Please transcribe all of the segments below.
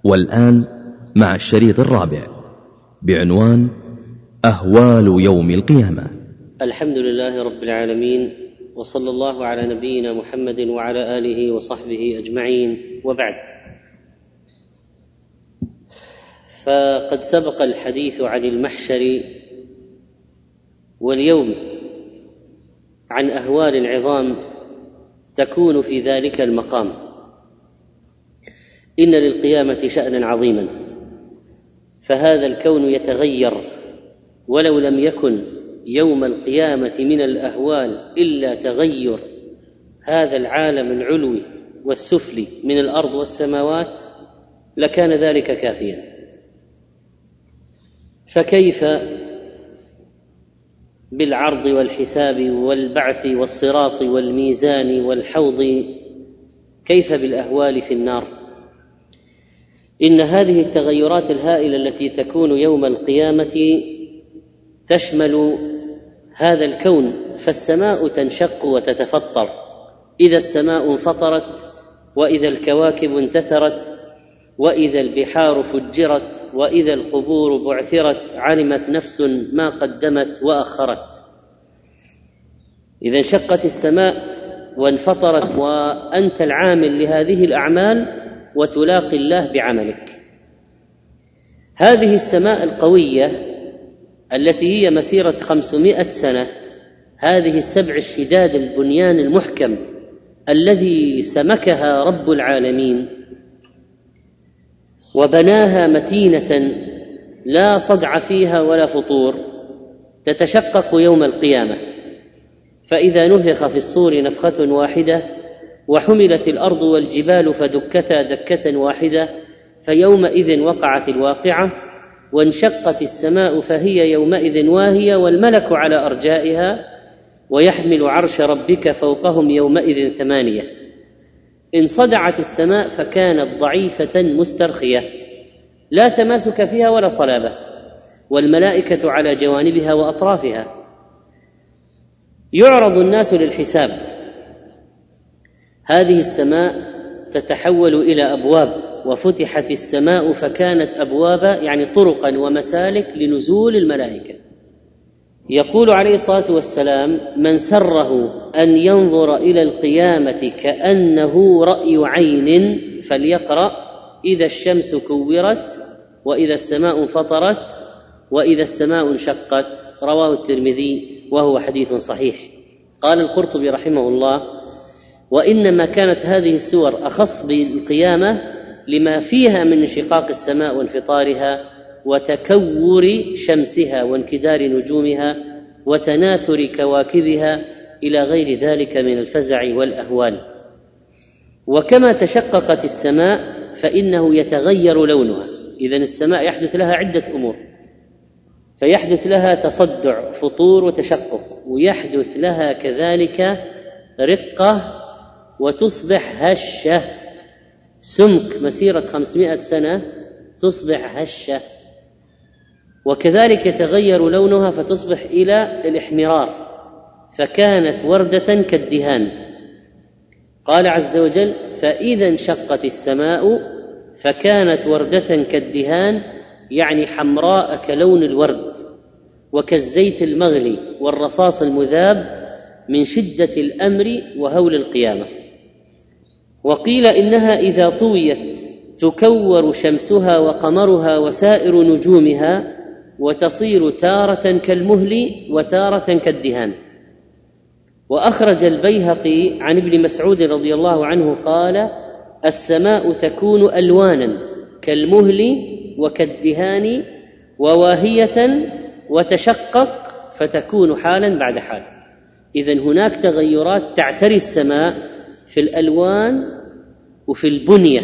والآن مع الشريط الرابع بعنوان أهوال يوم القيامة. الحمد لله رب العالمين، وصلى الله على نبينا محمد وعلى آله وصحبه أجمعين، وبعد. فقد سبق الحديث عن المحشر، واليوم عن أهوال عظام تكون في ذلك المقام. إن للقيامة شأنا عظيما، فهذا الكون يتغير، ولو لم يكن يوم القيامة من الأهوال إلا تغير هذا العالم العلوي والسفلي من الأرض والسماوات لكان ذلك كافيا. فكيف بالعرض والحساب والبعث والصراط والميزان والحوض؟ كيف بالأهوال في النار؟ إن هذه التغيرات الهائلة التي تكون يوم القيامة تشمل هذا الكون، فالسماء تنشق وتتفطر إذا السماء انفطرت، وإذا الكواكب انتثرت، وإذا البحار فجرت، وإذا القبور بعثرت، علمت نفس ما قدمت وأخرت. إذا انشقت السماء وانفطرت وأنت العامل لهذه الأعمال وتلاقي الله بعملك. هذه السماء القوية التي هي مسيرة 500 سنة، هذه السبع الشداد البنيان المحكم الذي سمكها رب العالمين وبناها متينة لا صدع فيها ولا فطور، تتشقق يوم القيامة. فإذا نفخ في الصور نفخة واحدة وحملت الأرض والجبال فدكتا دكة واحدة، فيومئذ وقعت الواقعة، وانشقت السماء فهي يومئذ واهية، والملك على أرجائها، ويحمل عرش ربك فوقهم يومئذ 8. إن صدعت السماء فكانت ضعيفة مسترخية لا تماسك فيها ولا صلابة، والملائكة على جوانبها وأطرافها. يعرض الناس للحساب. هذه السماء تتحول إلى أبواب، وفتحت السماء فكانت أبوابا، يعني طرقا ومسالك لنزول الملائكة. يقول عليه الصلاة والسلام: من سره أن ينظر إلى القيامة كأنه رأي عين فليقرأ إذا الشمس كورت، وإذا السماء انفطرت، وإذا السماء انشقت. رواه الترمذي وهو حديث صحيح. قال القرطبي رحمه الله: وإنما كانت هذه السور أخص بالقيامة لما فيها من انشقاق السماء وانفطارها وتكور شمسها وانكدار نجومها وتناثر كواكبها إلى غير ذلك من الفزع والأهوال. وكما تشققت السماء فإنه يتغير لونها. إذن السماء يحدث لها عدة أمور، فيحدث لها تصدع، فطور وتشقق، ويحدث لها كذلك رقة وتصبح هشة، سمك مسيرة 500 سنة تصبح هشة. وكذلك يتغير لونها فتصبح إلى الإحمرار، فكانت وردة كالدهان. قال عز وجل: فإذا انشقت السماء فكانت وردة كالدهان، يعني حمراء كلون الورد، وكالزيت المغلي والرصاص المذاب من شدة الأمر وهول القيامة. وقيل إنها إذا طويت تكور شمسها وقمرها وسائر نجومها، وتصير تارة كالمهل وتارة كالدهان. وأخرج البيهقي عن ابن مسعود رضي الله عنه قال: السماء تكون ألوانا كالمهل وكالدهان وواهية، وتشقق فتكون حالا بعد حال. إذن هناك تغيرات تعتري السماء في الألوان وفي البنية.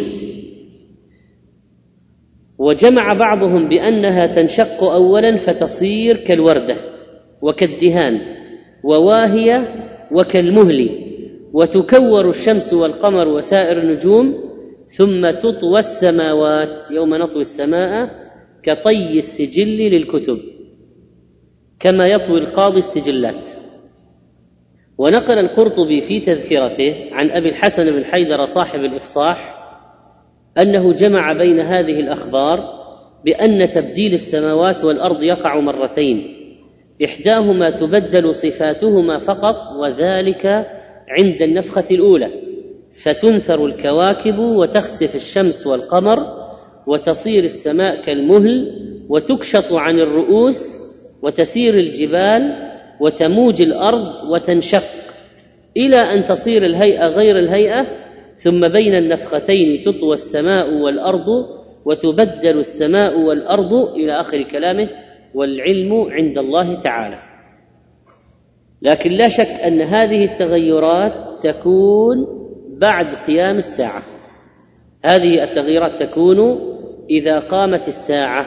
وجمع بعضهم بأنها تنشق أولا فتصير كالوردة وكالدهان وواهية وكالمهل، وتكور الشمس والقمر وسائر النجوم، ثم تطوى السماوات يوم نطوي السماء كطي السجل للكتب، كما يطوي القاضي السجلات. ونقل القرطبي في تذكرته عن أبي الحسن بن حيدر صاحب الإفصاح أنه جمع بين هذه الأخبار بأن تبديل السماوات والأرض يقع مرتين، إحداهما تبدل صفاتهما فقط، وذلك عند النفخة الأولى، فتنثر الكواكب وتخسف الشمس والقمر وتصير السماء كالمهل وتكشط عن الرؤوس وتسير الجبال وتموج الأرض وتنشق إلى أن تصير الهيئة غير الهيئة، ثم بين النفختين تطوى السماء والأرض وتبدل السماء والأرض إلى آخر كلامه، والعلم عند الله تعالى. لكن لا شك أن هذه التغيرات تكون بعد قيام الساعة. هذه التغيرات تكون إذا قامت الساعة،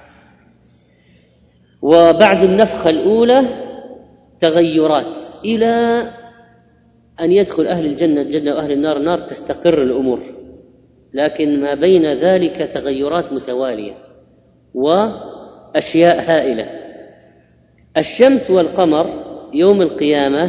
وبعد النفخة الأولى تغيرات إلى أن يدخل أهل الجنة الجنة وأهل النار النار، تستقر الأمور. لكن ما بين ذلك تغيرات متوالية وأشياء هائلة. الشمس والقمر يوم القيامة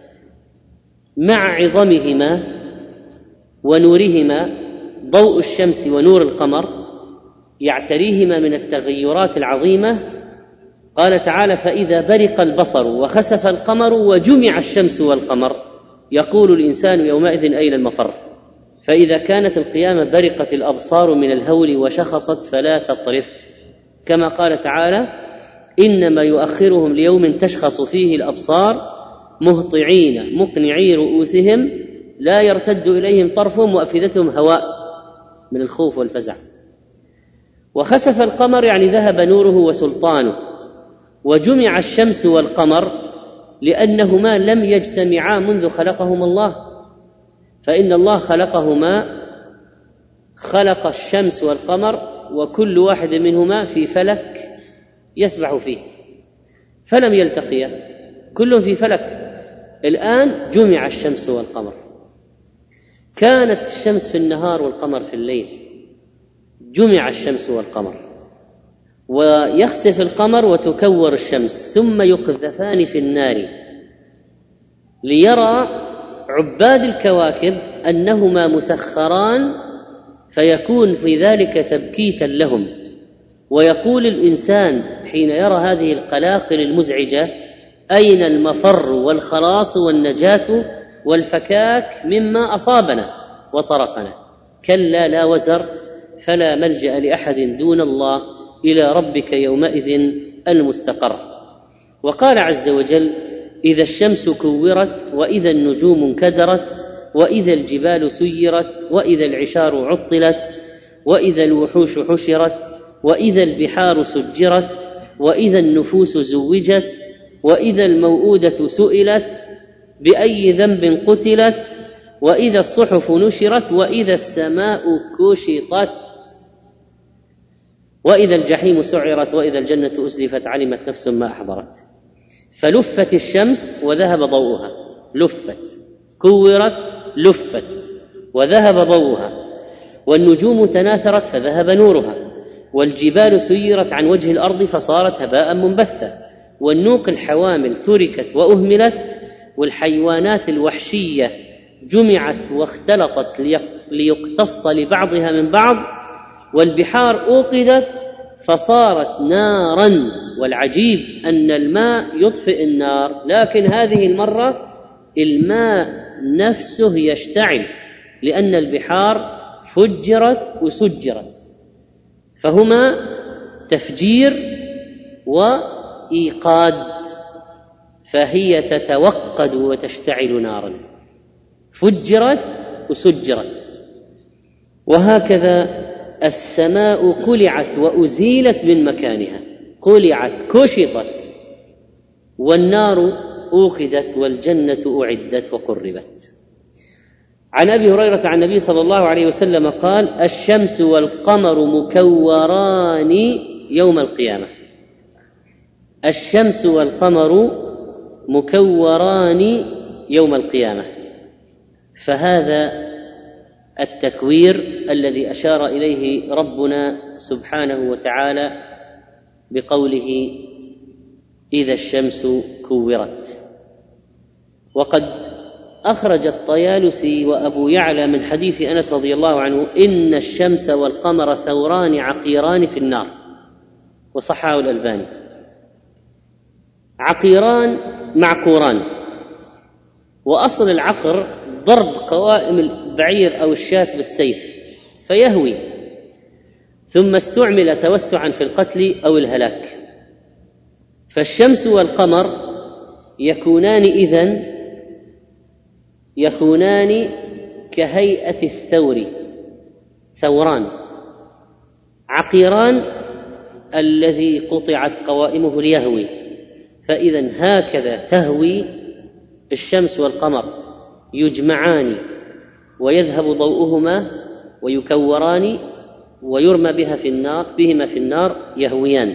مع عظمهما ونورهما، ضوء الشمس ونور القمر يعتريهما من التغيرات العظيمة. قال تعالى: فإذا برق البصر وخسف القمر وجمع الشمس والقمر يقول الإنسان يومئذ أين المفر. فإذا كانت القيامة برقت الأبصار من الهول وشخصت فلا تطرف، كما قال تعالى: إنما يؤخرهم ليوم تشخص فيه الأبصار مهطعين مقنعي رؤوسهم لا يرتد إليهم طرفهم وأفئدتهم هواء من الخوف والفزع. وخسف القمر يعني ذهب نوره وسلطانه. وجمع الشمس والقمر لأنهما لم يجتمعا منذ خلقهما الله، فإن الله خلقهما، خلق الشمس والقمر وكل واحد منهما في فلك يسبح فيه، فلم يلتقيا، كل في فلك. الآن جمع الشمس والقمر، كانت الشمس في النهار والقمر في الليل، جمع الشمس والقمر. ويخسف القمر وتكور الشمس، ثم يقذفان في النار ليرى عباد الكواكب أنهما مسخران، فيكون في ذلك تبكيتا لهم. ويقول الإنسان حين يرى هذه القلاقل المزعجة: أين المفر والخلاص والنجاة والفكاك مما أصابنا وطرقنا؟ كلا لا وزر، فلا ملجأ لأحد دون الله، إلى ربك يومئذ المستقر. وقال عز وجل: إذا الشمس كورت وإذا النجوم انكدرت وإذا الجبال سيرت وإذا العشار عطلت وإذا الوحوش حشرت وإذا البحار سجرت وإذا النفوس زوجت وإذا الموءودة سئلت بأي ذنب قتلت وإذا الصحف نشرت وإذا السماء كشطت وإذا الجحيم سعرت وإذا الجنة أزلفت علمت نفس ما أحضرت. فلفت الشمس وذهب ضوءها، لفت، كورت، لفت وذهب ضوءها. والنجوم تناثرت فذهب نورها، والجبال سيرت عن وجه الأرض فصارت هباء منبثا، والنوق الحوامل تركت وأهملت، والحيوانات الوحشية جمعت واختلطت ليقتص لبعضها من بعض، والبحار أوقدت فصارت نارا. والعجيب أن الماء يطفئ النار، لكن هذه المرة الماء نفسه يشتعل، لأن البحار فجرت وسجرت، فهما تفجير وإيقاد، فهي تتوقد وتشتعل نارا، فجرت وسجرت. وهكذا السماء قلعت وأزيلت من مكانها، قلعت كشطت، والنار أوقدت والجنة أعدت وقربت. عن أبي هريرة عن النبي صلى الله عليه وسلم قال: الشمس والقمر مكوران يوم القيامة. الشمس والقمر مكوران يوم القيامة. فهذا التكوير الذي أشار إليه ربنا سبحانه وتعالى بقوله: إذا الشمس كورت. وقد أخرج الطيالسي وأبو يعلى من حديث أنس رضي الله عنه: إن الشمس والقمر ثوران عقيران في النار، وصححه الألباني. عقيران معقوران، وأصل العقر ضرب قوائم البعير أو الشاة بالسيف فيهوي، ثم استعمل توسعا في القتل أو الهلاك. فالشمس والقمر يكونان كهيئة الثور، ثوران. عقيران الذي قطعت قوائمه ليهوي، فإذا هكذا تهوي الشمس والقمر، يجمعان ويذهب ضوءهما ويكوران ويرمى بهما في النار يهويان.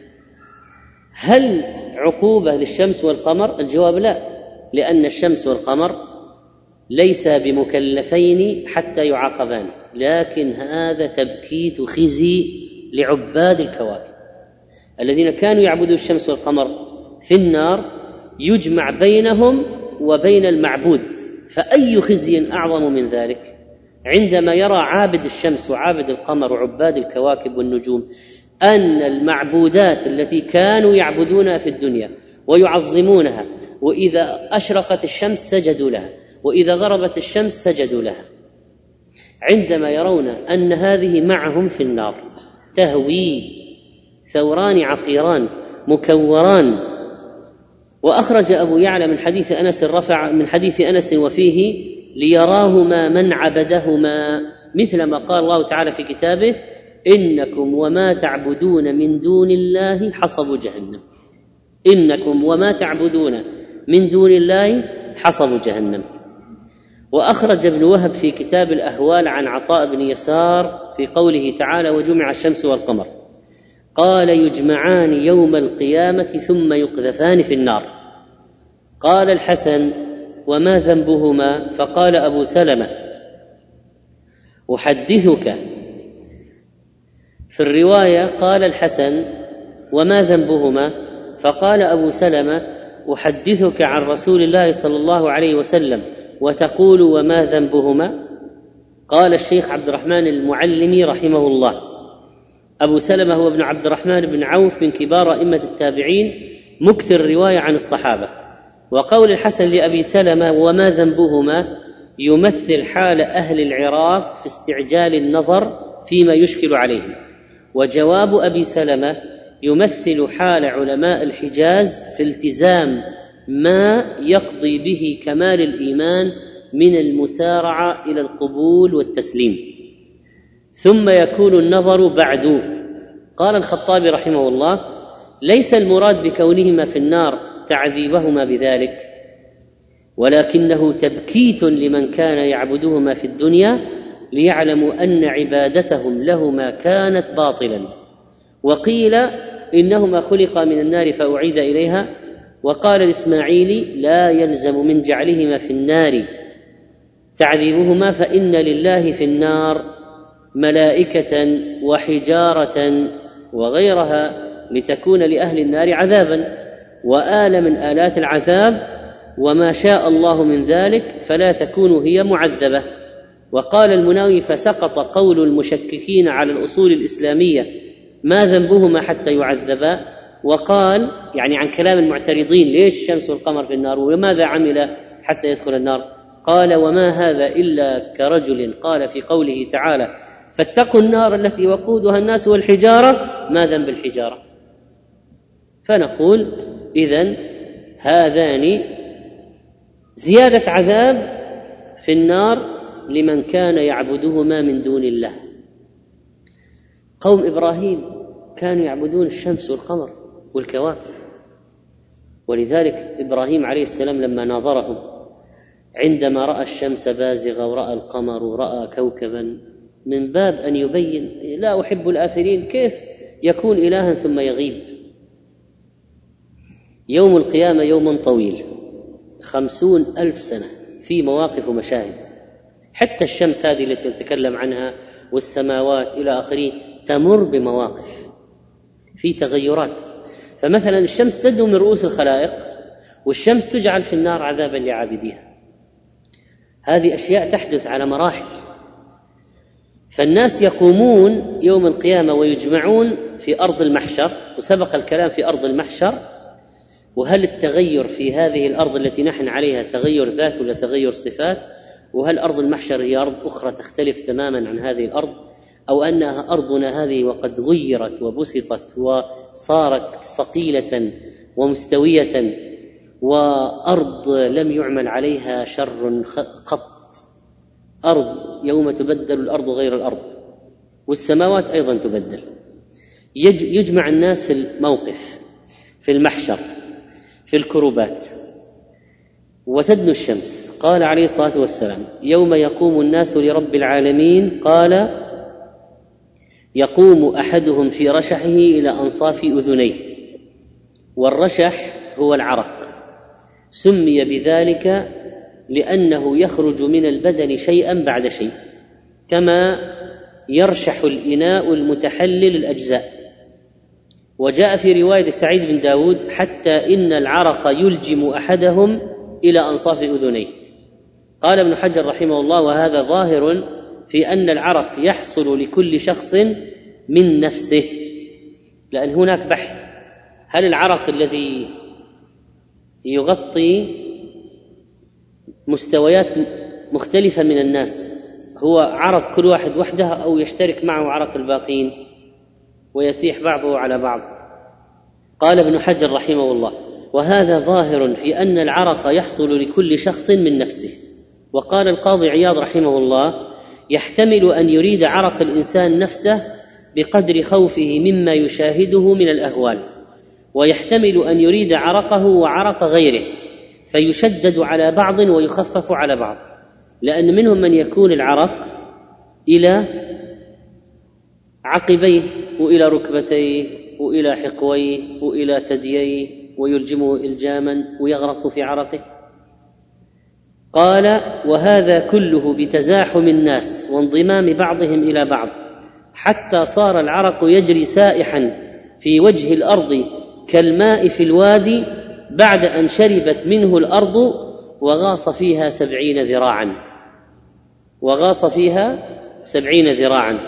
هل عقوبة للشمس والقمر؟ الجواب لا، لأن الشمس والقمر ليس بمكلفين حتى يعاقبان، لكن هذا تبكيت خزي لعباد الكواكب الذين كانوا يعبدون الشمس والقمر في النار، يجمع بينهم وبين المعبود. فأي خزي أعظم من ذلك عندما يرى عابد الشمس وعابد القمر وعباد الكواكب والنجوم أن المعبودات التي كانوا يعبدونها في الدنيا ويعظمونها، وإذا أشرقت الشمس سجدوا لها، وإذا غربت الشمس سجدوا لها، عندما يرون أن هذه معهم في النار تهوي ثوران عقيران مكوران. وأخرج أبو يعلى من حديث أنس وفيه: ليراهما من عبدهما، مثل ما قال الله تعالى في كتابه: إنكم وما تعبدون من دون الله حصب جهنم. إنكم وما تعبدون من دون الله حصب جهنم. وأخرج ابن وهب في كتاب الأهوال عن عطاء بن يسار في قوله تعالى: وجمع الشمس والقمر، قال: يجمعان يوم القيامة ثم يقذفان في النار. قال الحسن: وما ذنبهما؟ فقال أبو سلمة: أحدثك. في الرواية قال الحسن: وما ذنبهما؟ فقال أبو سلمة: أحدثك عن رسول الله صلى الله عليه وسلم وتقول وما ذنبهما؟ قال الشيخ عبد الرحمن المعلمي رحمه الله: أبو سلمة هو ابن عبد الرحمن بن عوف من كبار أئمة التابعين، مكثر الرواية عن الصحابة. وقول الحسن لأبي سلمة وما ذنبهما يمثل حال أهل العراق في استعجال النظر فيما يشكل عليهم، وجواب أبي سلمة يمثل حال علماء الحجاز في التزام ما يقضي به كمال الإيمان من المسارعة إلى القبول والتسليم، ثم يكون النظر بعد. قال الخطابي رحمه الله: ليس المراد بكونهما في النار تعذيبهما بذلك، ولكنه تبكيت لمن كان يعبدهما في الدنيا ليعلموا أن عبادتهم لهما كانت باطلا. وقيل إنهما خلقا من النار فأعيد إليها. وقال الإسماعيلي: لا يلزم من جعلهما في النار تعذيبهما، فإن لله في النار ملائكة وحجارة وغيرها لتكون لأهل النار عذابا وآلة من آلات العذاب، وما شاء الله من ذلك فلا تكون هي معذبة. وقال المناوي: فسقط قول المشككين على الأصول الإسلامية ما ذنبهما حتى يعذبا. وقال يعني عن كلام المعترضين: ليش الشمس والقمر في النار وماذا عمل حتى يدخل النار؟ قال: وما هذا إلا كرجل قال في قوله تعالى: فاتقوا النار التي وقودها الناس والحجارة، ما ذنب الحجارة؟ فنقول إذن هذان زيادة عذاب في النار لمن كان يعبدهما من دون الله. قوم إبراهيم كانوا يعبدون الشمس والقمر والكواكب، ولذلك إبراهيم عليه السلام لما ناظرهم عندما رأى الشمس بازغة ورأى القمر ورأى كوكبا، من باب أن يبين: لا أحب الآفلين، كيف يكون إلها ثم يغيب؟ يوم القيامة يوم طويل 50,000 سنة، في مواقف ومشاهد. حتى الشمس هذه التي نتكلم عنها والسماوات إلى آخره تمر بمواقف، في تغيرات. فمثلا الشمس تدنو من رؤوس الخلائق، والشمس تجعل في النار عذابا لعابديها. هذه أشياء تحدث على مراحل. فالناس يقومون يوم القيامة ويجمعون في أرض المحشر، وسبق الكلام في أرض المحشر، وهل التغير في هذه الأرض التي نحن عليها تغير ذات ولا تغير صفات؟ وهل أرض المحشر هي أرض أخرى تختلف تماما عن هذه الأرض، أو أنها أرضنا هذه وقد غيرت وبسطت وصارت صقيلة ومستوية، وأرض لم يعمل عليها شر قط، أرض يوم تبدل الأرض غير الأرض، والسماوات أيضا تبدل. يجمع الناس في الموقف، في المحشر، في الكروبات، وتدنو الشمس. قال عليه الصلاة والسلام: يوم يقوم الناس لرب العالمين، قال: يقوم أحدهم في رشحه إلى أنصاف أذنيه. والرشح هو العرق، سمي بذلك لأنه يخرج من البدن شيئا بعد شيء، كما يرشح الإناء المتحلل الأجزاء. وجاء في رواية سعيد بن داود: حتى إن العرق يلجم أحدهم إلى أنصاف أذنيه. قال ابن حجر رحمه الله: وهذا ظاهر في أن العرق يحصل لكل شخص من نفسه، لأن هناك بحث: هل العرق الذي يغطي مستويات مختلفة من الناس هو عرق كل واحد وحده، أو يشترك معه عرق الباقين ويسيح بعضه على بعض؟ قال ابن حجر رحمه الله: وهذا ظاهر في أن العرق يحصل لكل شخص من نفسه. وقال القاضي عياض رحمه الله: يحتمل أن يريد عرق الإنسان نفسه بقدر خوفه مما يشاهده من الأهوال، ويحتمل أن يريد عرقه وعرق غيره فيشدد على بعض ويخفف على بعض، لأن منهم من يكون العرق إلى عقبيه وإلى ركبتيه وإلى حقويه وإلى ثدييه ويلجمه إلجاما ويغرق في عرقه. قال: وهذا كله بتزاحم الناس وانضمام بعضهم إلى بعض، حتى صار العرق يجري سائحا في وجه الأرض كالماء في الوادي بعد أن شربت منه الأرض وغاص فيها 70 ذراعا. وغاص فيها 70 ذراعا.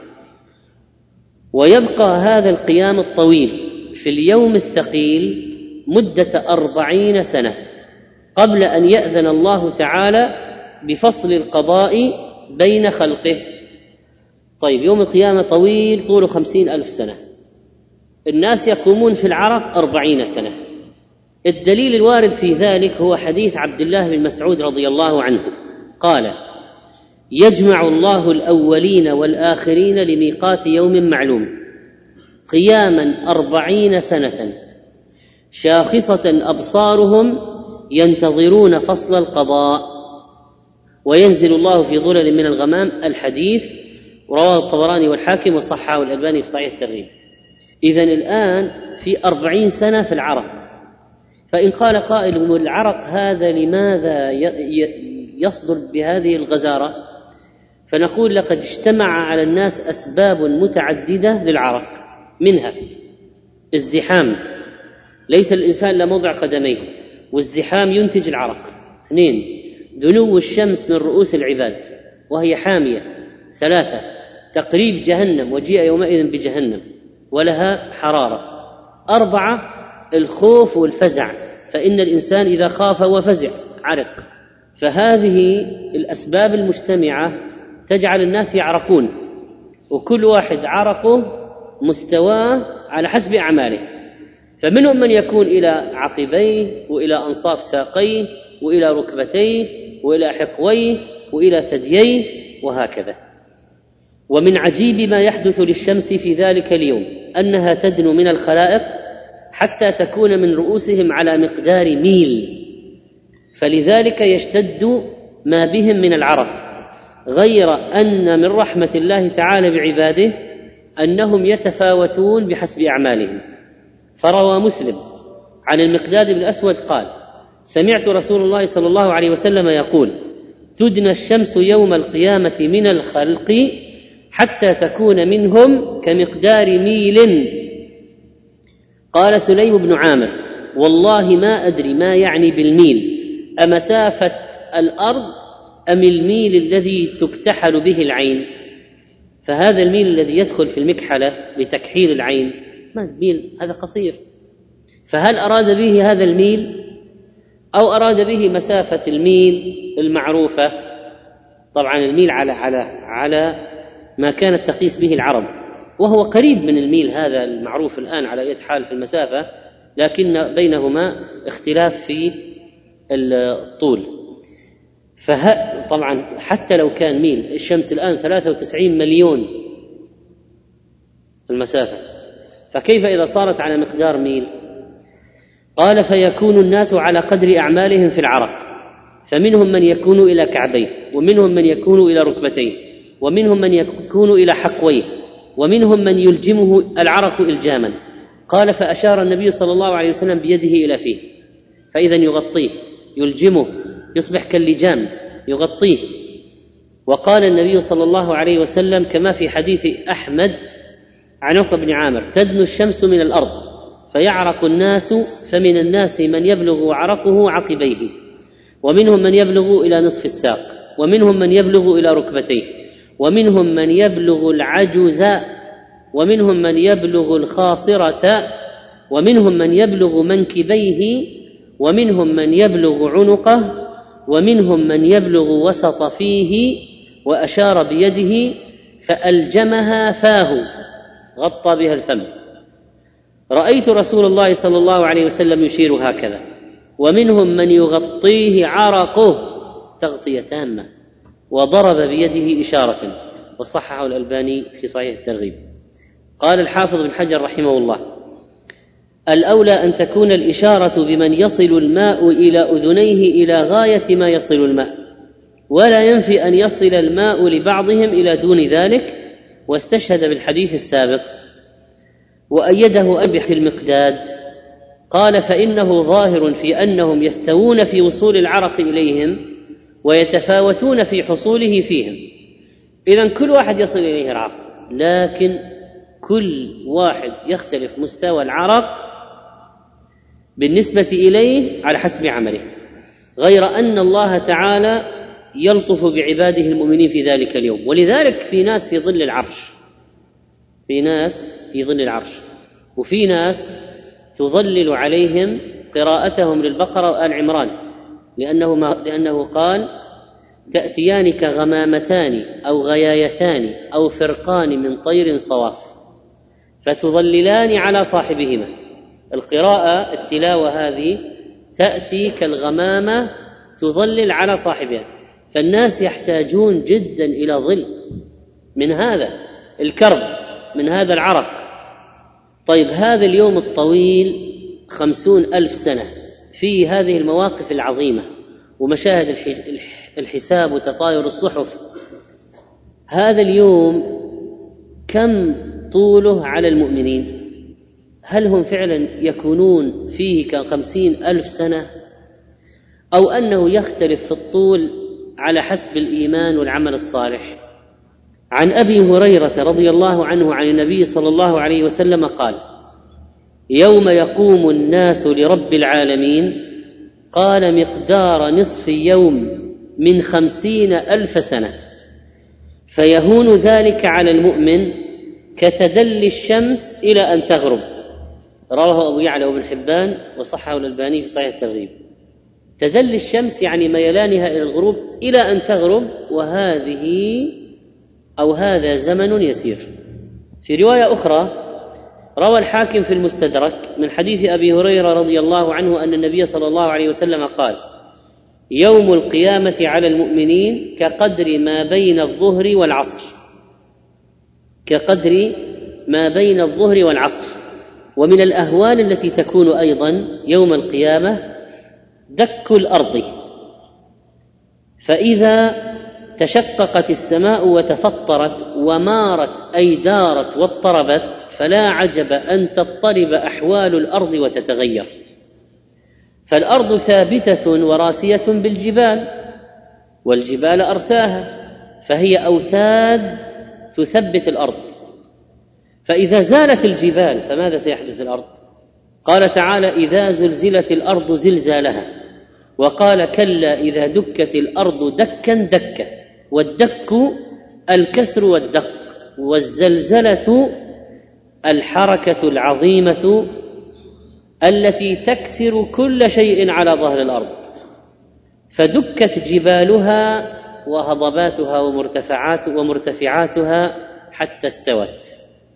ويبقى هذا القيام الطويل في اليوم الثقيل مدة 40 سنة قبل أن يأذن الله تعالى بفصل القضاء بين خلقه. طيب، يوم القيامة طويل، طوله 50,000 سنة، الناس يقومون في العرق 40 سنة. الدليل الوارد في ذلك هو حديث عبد الله بن مسعود رضي الله عنه قال: يجمع الله الأولين والآخرين لميقات يوم معلوم قياما 40 سنة شاخصة أبصارهم ينتظرون فصل القضاء، وينزل الله في ظلل من الغمام. الحديث رواه الطبراني والحاكم وصححه الألباني في صحيح الترغيب. إذن الآن في 40 سنة في العرق. فإن قال قائل: العرق هذا لماذا يصدر بهذه الغزارة؟ فنقول: لقد اجتمع على الناس أسباب متعددة للعرق، منها الزحام، ليس الإنسان لموضع قدميه، والزحام ينتج العرق. 2، دنو الشمس من رؤوس العباد وهي حامية. 3، تقريب جهنم، وجيء يومئذ بجهنم ولها حرارة. 4، الخوف والفزع، فإن الإنسان إذا خاف وفزع عرق. فهذه الأسباب المجتمعة تجعل الناس يعرقون، وكل واحد عرقه مستواه على حسب أعماله. فمنهم من يكون إلى عقبيه وإلى أنصاف ساقيه وإلى ركبتيه وإلى حقويه وإلى ثدييه وهكذا. ومن عجيب ما يحدث للشمس في ذلك اليوم أنها تدنو من الخلائق حتى تكون من رؤوسهم على مقدار ميل، فلذلك يشتد ما بهم من العرق، غير أن من رحمة الله تعالى بعباده أنهم يتفاوتون بحسب أعمالهم. فروى مسلم عن المقداد بن الأسود قال: سمعت رسول الله صلى الله عليه وسلم يقول: تدنى الشمس يوم القيامة من الخلق حتى تكون منهم كمقدار ميل. قال سليم بن عامر: والله ما أدري ما يعني بالميل، أمسافة الأرض أم الميل الذي تكتحل به العين؟ فهذا الميل الذي يدخل في المكحلة لتكحيل العين ما الميل هذا قصير، فهل أراد به هذا الميل أو أراد به مسافة الميل المعروفة؟ طبعا الميل على ما كانت تقيس به العرب، وهو قريب من الميل هذا المعروف الآن على أي حال في المسافة، لكن بينهما اختلاف في الطول. طبعا حتى لو كان ميل، الشمس الآن 93 مليون المسافة، فكيف إذا صارت على مقدار ميل؟ قال فيكون الناس على قدر أعمالهم في العرق، فمنهم من يكون إلى كعبيه، ومنهم من يكون إلى ركبتيه، ومنهم من يكون إلى حقويه، ومنهم من يلجمه العرق إلجاما. قال فأشار النبي صلى الله عليه وسلم بيده إلى فيه، فإذا يغطيه يلجمه يصبح كاللجام يغطيه. وقال النبي صلى الله عليه وسلم كما في حديث أحمد عن عقبة بن عامر: تدنو الشمس من الأرض فيعرق الناس، فمن الناس من يبلغ عرقه عقبيه، ومنهم من يبلغ إلى نصف الساق، ومنهم من يبلغ إلى ركبتيه، ومنهم من يبلغ العجز، ومنهم من يبلغ الخاصرة، ومنهم من يبلغ منكبيه، ومنهم من يبلغ عنقه، ومنهم من يبلغ وسط فيه. وأشار بيده فألجمها فاه، غطى بها الفم. رأيت رسول الله صلى الله عليه وسلم يشير هكذا. ومنهم من يغطيه عرقه تغطية تامة، وضرب بيده إشارة، وصححه الألباني في صحيح الترغيب. قال الحافظ بن حجر رحمه الله: الأولى أن تكون الإشارة بمن يصل الماء إلى أذنيه إلى غاية ما يصل الماء، ولا ينفي أن يصل الماء لبعضهم إلى دون ذلك. واستشهد بالحديث السابق، وأيده أبي في المقداد. قال: فإنه ظاهر في أنهم يستوون في وصول العرق إليهم ويتفاوتون في حصوله فيهم. إذن كل واحد يصل إليه العرق، لكن كل واحد يختلف مستوى العرق بالنسبة إليه على حسب عمله، غير أن الله تعالى يلطف بعباده المؤمنين في ذلك اليوم. ولذلك في ناس في ظل العرش، وفي ناس تظلل عليهم قراءتهم للبقرة وآل عمران، لأنه قال: تأتيان كغمامتان أو غيايتان أو فرقان من طير صواف فتظللان على صاحبهما. القراءة التلاوة هذه تأتي كالغمامة تظلل على صاحبها، فالناس يحتاجون جدا إلى ظل من هذا الكرب، من هذا العرق. طيب هذا اليوم الطويل 50,000 سنة في هذه المواقف العظيمة ومشاهد الحساب وتطاير الصحف، هذا اليوم كم طوله على المؤمنين؟ هل هم فعلا يكونون فيه ك50,000 سنة، أو أنه يختلف في الطول على حسب الإيمان والعمل الصالح؟ عن أبي هريرة رضي الله عنه عن النبي صلى الله عليه وسلم قال: يوم يقوم الناس لرب العالمين، قال: مقدار نصف يوم من 50,000 سنة، فيهون ذلك على المؤمن كتدلي الشمس إلى أن تغرب. رواه أبو يعلى وابن حبان وصححه الألباني في صحيح الترغيب. تدلي الشمس يعني ميلانها إلى الغروب إلى أن تغرب، هذا زمن يسير. في رواية أخرى روى الحاكم في المستدرك من حديث أبي هريرة رضي الله عنه أن النبي صلى الله عليه وسلم قال: يوم القيامة على المؤمنين كقدر ما بين الظهر والعصر. ومن الأهوال التي تكون أيضا يوم القيامة دك الأرض، فإذا تشققت السماء وتفطرت ومارت أي دارت واضطربت، فلا عجب أن تضطرب أحوال الأرض وتتغير. فالأرض ثابتة وراسية بالجبال، والجبال أرساها، فهي أوتاد تثبت الأرض. فإذا زالت الجبال فماذا سيحدث الأرض؟ قال تعالى: إذا زلزلت الأرض زلزالها وقال: كلا إذا دكت الأرض دكا دكا. والدك الكسر والدق، والزلزلة الحركة العظيمة التي تكسر كل شيء على ظهر الأرض. فدكت جبالها وهضباتها ومرتفعاتها حتى استوت.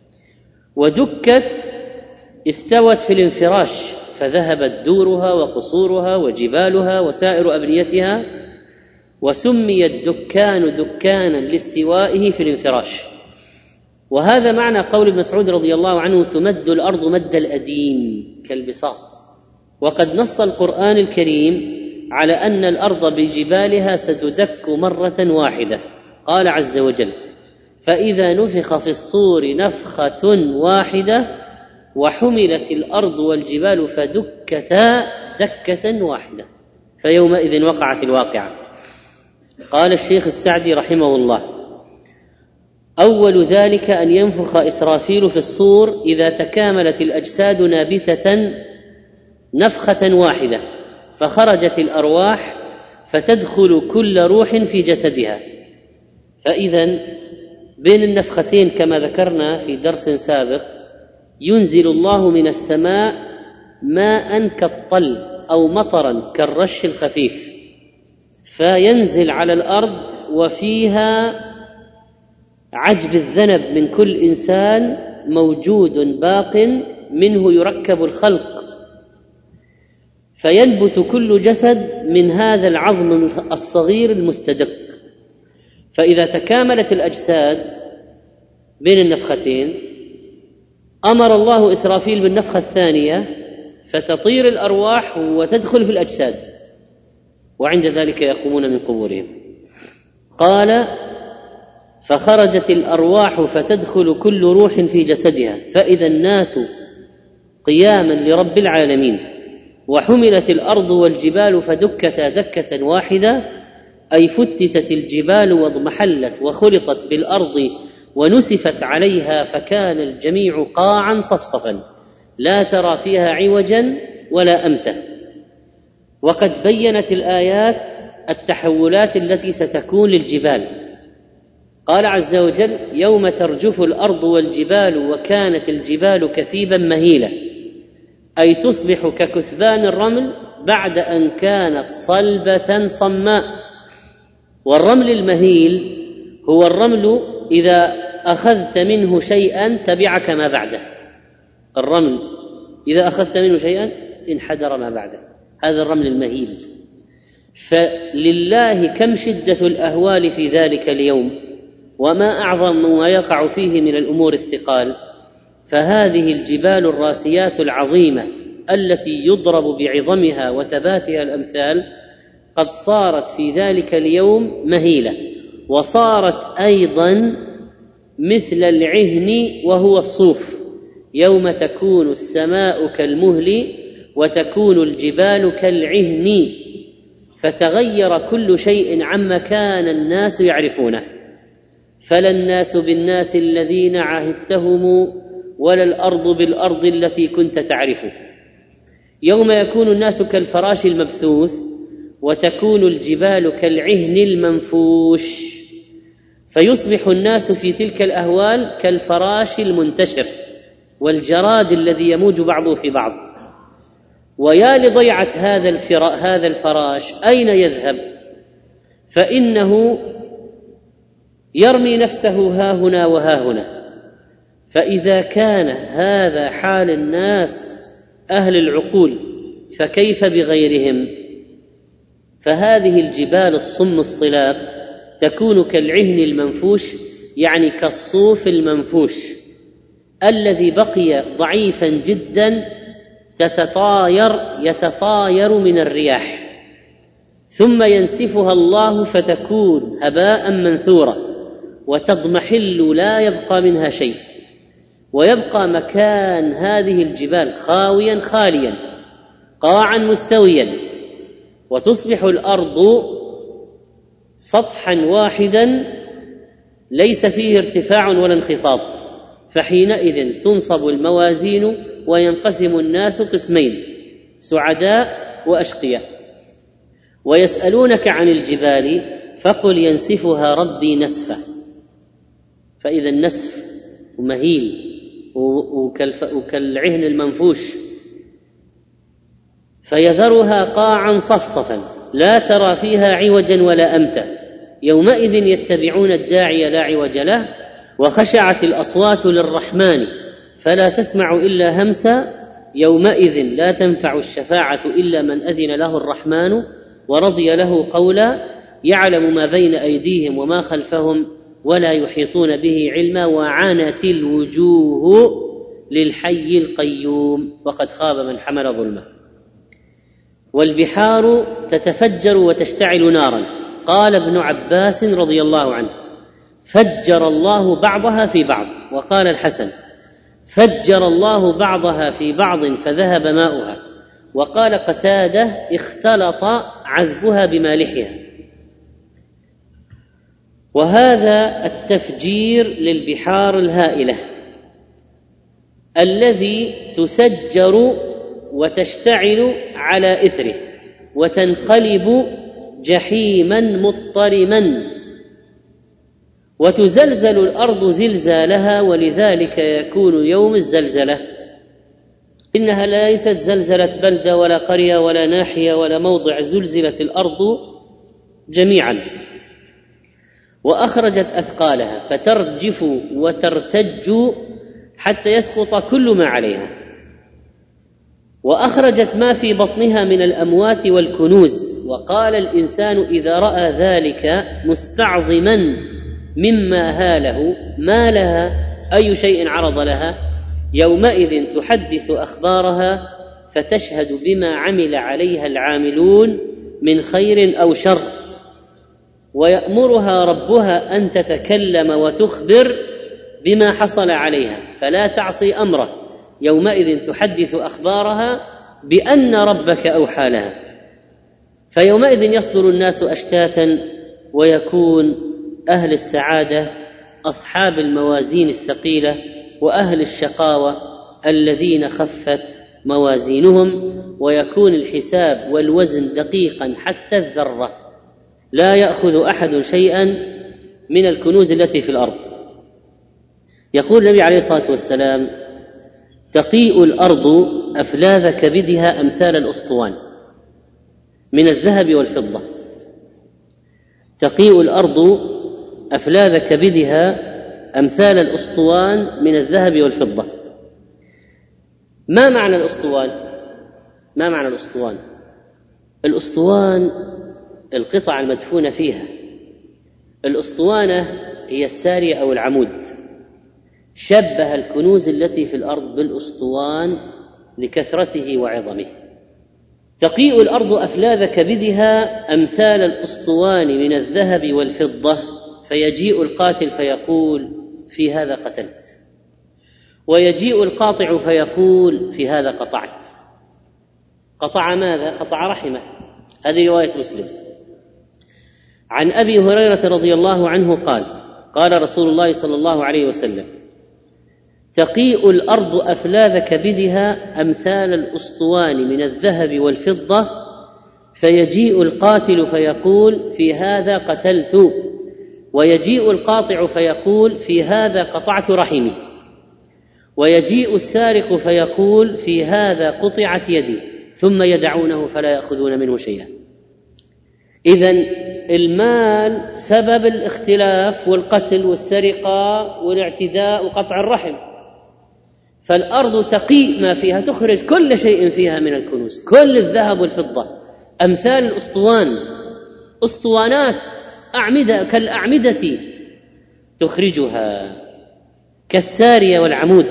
ودكت استوت في الانفراش، فذهبت دورها وقصورها وجبالها وسائر أبنيتها، وسمي الدكان دكانا لاستوائه في الانفراش. وهذا معنى قول ابن مسعود رضي الله عنه: تمد الأرض مد الأديم كالبساط. وقد نص القرآن الكريم على أن الأرض بجبالها ستدك مرة واحدة. قال عز وجل: فإذا نفخ في الصور نفخة واحدة وحملت الأرض والجبال فدكتا دكة واحدة فيومئذ وقعت الواقعة. قال الشيخ السعدي رحمه الله: أول ذلك أن ينفخ إسرافيل في الصور إذا تكاملت الأجساد نابتة نفخة واحدة، فخرجت الأرواح فتدخل كل روح في جسدها. فإذا بين النفختين كما ذكرنا في درس سابق ينزل الله من السماء ماء كالطل أو مطرا كالرش الخفيف، فينزل على الأرض وفيها عجب الذنب من كل إنسان موجود باق منه يركب الخلق، فينبت كل جسد من هذا العظم الصغير المستدق. فإذا تكاملت الأجساد بين النفختين أمر الله إسرافيل بالنفخة الثانية فتطير الأرواح وتدخل في الأجساد، وعند ذلك يقومون من قبورهم. قال: فخرجت الأرواح فتدخل كل روح في جسدها، فإذا الناس قياما لرب العالمين. وحملت الأرض والجبال فدكتا دكة واحدة، أي فتتت الجبال واضمحلت وخلطت بالأرض ونسفت عليها، فكان الجميع قاعا صفصفا لا ترى فيها عوجا ولا أمتا. وقد بينت الآيات التحولات التي ستكون للجبال. قال عز وجل: يوم ترجف الأرض والجبال وكانت الجبال كثيبا مهيلا، أي تصبح ككثبان الرمل بعد أن كانت صلبة صماء. والرمل المهيل هو الرمل إذا أخذت منه شيئا تبعك ما بعده. الرمل إذا أخذت منه شيئا انحدر ما بعده، هذا الرمل المهيل. فلله كم شدة الأهوال في ذلك اليوم، وما أعظم ما يقع فيه من الأمور الثقال. فهذه الجبال الراسيات العظيمة التي يضرب بعظمها وثباتها الأمثال قد صارت في ذلك اليوم مهيلة، وصارت أيضا مثل العهن وهو الصوف، يوم تكون السماء كالمهل وتكون الجبال كالعهن، فتغير كل شيء عما كان الناس يعرفونه. فلا الناس بالناس الذين عاهدتهم ولا الأرض بالأرض التي كنت تعرفه. يوم يكون الناس كالفراش المبثوث وتكون الجبال كالعهن المنفوش، فيصبح الناس في تلك الأهوال كالفراش المنتشر والجراد الذي يموج بعضه في بعض. ويا لضيعة هذا الفراش أين يذهب؟ فإنه يرمي نفسه ها هنا وها هنا. فإذا كان هذا حال الناس أهل العقول فكيف بغيرهم؟ فهذه الجبال الصم الصلاب تكون كالعهن المنفوش، يعني كالصوف المنفوش الذي بقي ضعيفا جدا يتطاير من الرياح، ثم ينسفها الله فتكون هباء منثورا وتضمحل لا يبقى منها شيء، ويبقى مكان هذه الجبال خاويا خاليا قاعا مستويا، وتصبح الأرض سطحا واحدا ليس فيه ارتفاع ولا انخفاض. فحينئذ تنصب الموازين وينقسم الناس قسمين: سعداء وأشقياء. ويسألونك عن الجبال فقل ينسفها ربي نسفا. فإذا النسف مهيل وكالعهن المنفوش، فيذرها قاعا صفصفا لا ترى فيها عوجا ولا أمتا، يومئذ يتبعون الداعي لا عوج له، وخشعت الأصوات للرحمن فلا تسمع إلا همسا، يومئذ لا تنفع الشفاعة إلا من أذن له الرحمن ورضي له قولا، يعلم ما بين أيديهم وما خلفهم ولا يحيطون به علما، وعنت الوجوه للحي القيوم وقد خاب من حمل ظلمه. والبحار تتفجر وتشتعل نارا. قال ابن عباس رضي الله عنه: فجر الله بعضها في بعض. وقال الحسن: فجر الله بعضها في بعض فذهب ماؤها. وقال قتادة: اختلط عذبها بمالحها. وهذا التفجير للبحار الهائلة الذي تسجر وتشتعل على إثره وتنقلب جحيما مضطرما، وتزلزل الأرض زلزالها، ولذلك يكون يوم الزلزلة. إنها ليست زلزلة بلدة ولا قرية ولا ناحية ولا موضع، زلزلت الأرض جميعا وأخرجت أثقالها فترجف وترتج حتى يسقط كل ما عليها، وأخرجت ما في بطنها من الأموات والكنوز. وقال الإنسان إذا رأى ذلك مستعظما مما هاله: ما لها أي شيء عرض لها؟ يومئذ تحدث أخبارها فتشهد بما عمل عليها العاملون من خير أو شر، ويأمرها ربها أن تتكلم وتخبر بما حصل عليها فلا تعصي أمره. يومئذ تحدث أخبارها بأن ربك أوحى لها. فيومئذ يصدر الناس أشتاتا، ويكون أهل السعادة أصحاب الموازين الثقيلة، وأهل الشقاوة الذين خفت موازينهم، ويكون الحساب والوزن دقيقا حتى الذرة، لا يأخذ أحد شيئا من الكنوز التي في الأرض. يقول النبي عليه الصلاة والسلام: تقيء الأرض أفلاذ كبدها أمثال الأسطوان من الذهب والفضة. تقيء الأرض أفلاذ كبدها أمثال الأسطوان من الذهب والفضة. ما معنى الأسطوان؟ ما معنى الأسطوان؟ الأسطوان القطع المدفونة فيها. الأسطوانة هي السارية أو العمود. شبه الكنوز التي في الأرض بالأسطوان لكثرته وعظمه. تقيء الأرض أفلاذ كبدها أمثال الأسطوان من الذهب والفضة، فيجيء القاتل فيقول: في هذا قتلت، ويجيء القاطع فيقول: في هذا قطعت. قطع ماذا؟ قطع رحمه. هذه رواية مسلم. عن أبي هريرة رضي الله عنه قال: قال رسول الله صلى الله عليه وسلم: تقيء الأرض أفلاذ كبدها أمثال الأسطوان من الذهب والفضة، فيجيء القاتل فيقول: في هذا قتلت، ويجيء القاطع فيقول: في هذا قطعت رحمي، ويجيء السارق فيقول: في هذا قطعت يدي، ثم يدعونه فلا يأخذون منه شيئا. إذن المال سبب الاختلاف والقتل والسرقة والاعتداء وقطع الرحم، فالأرض تقيء ما فيها، تخرج كل شيء فيها من الكنوز، كل الذهب والفضة، أمثال الأسطوان، أسطوانات، أعمدة كالأعمدة تخرجها كالسارية والعمود،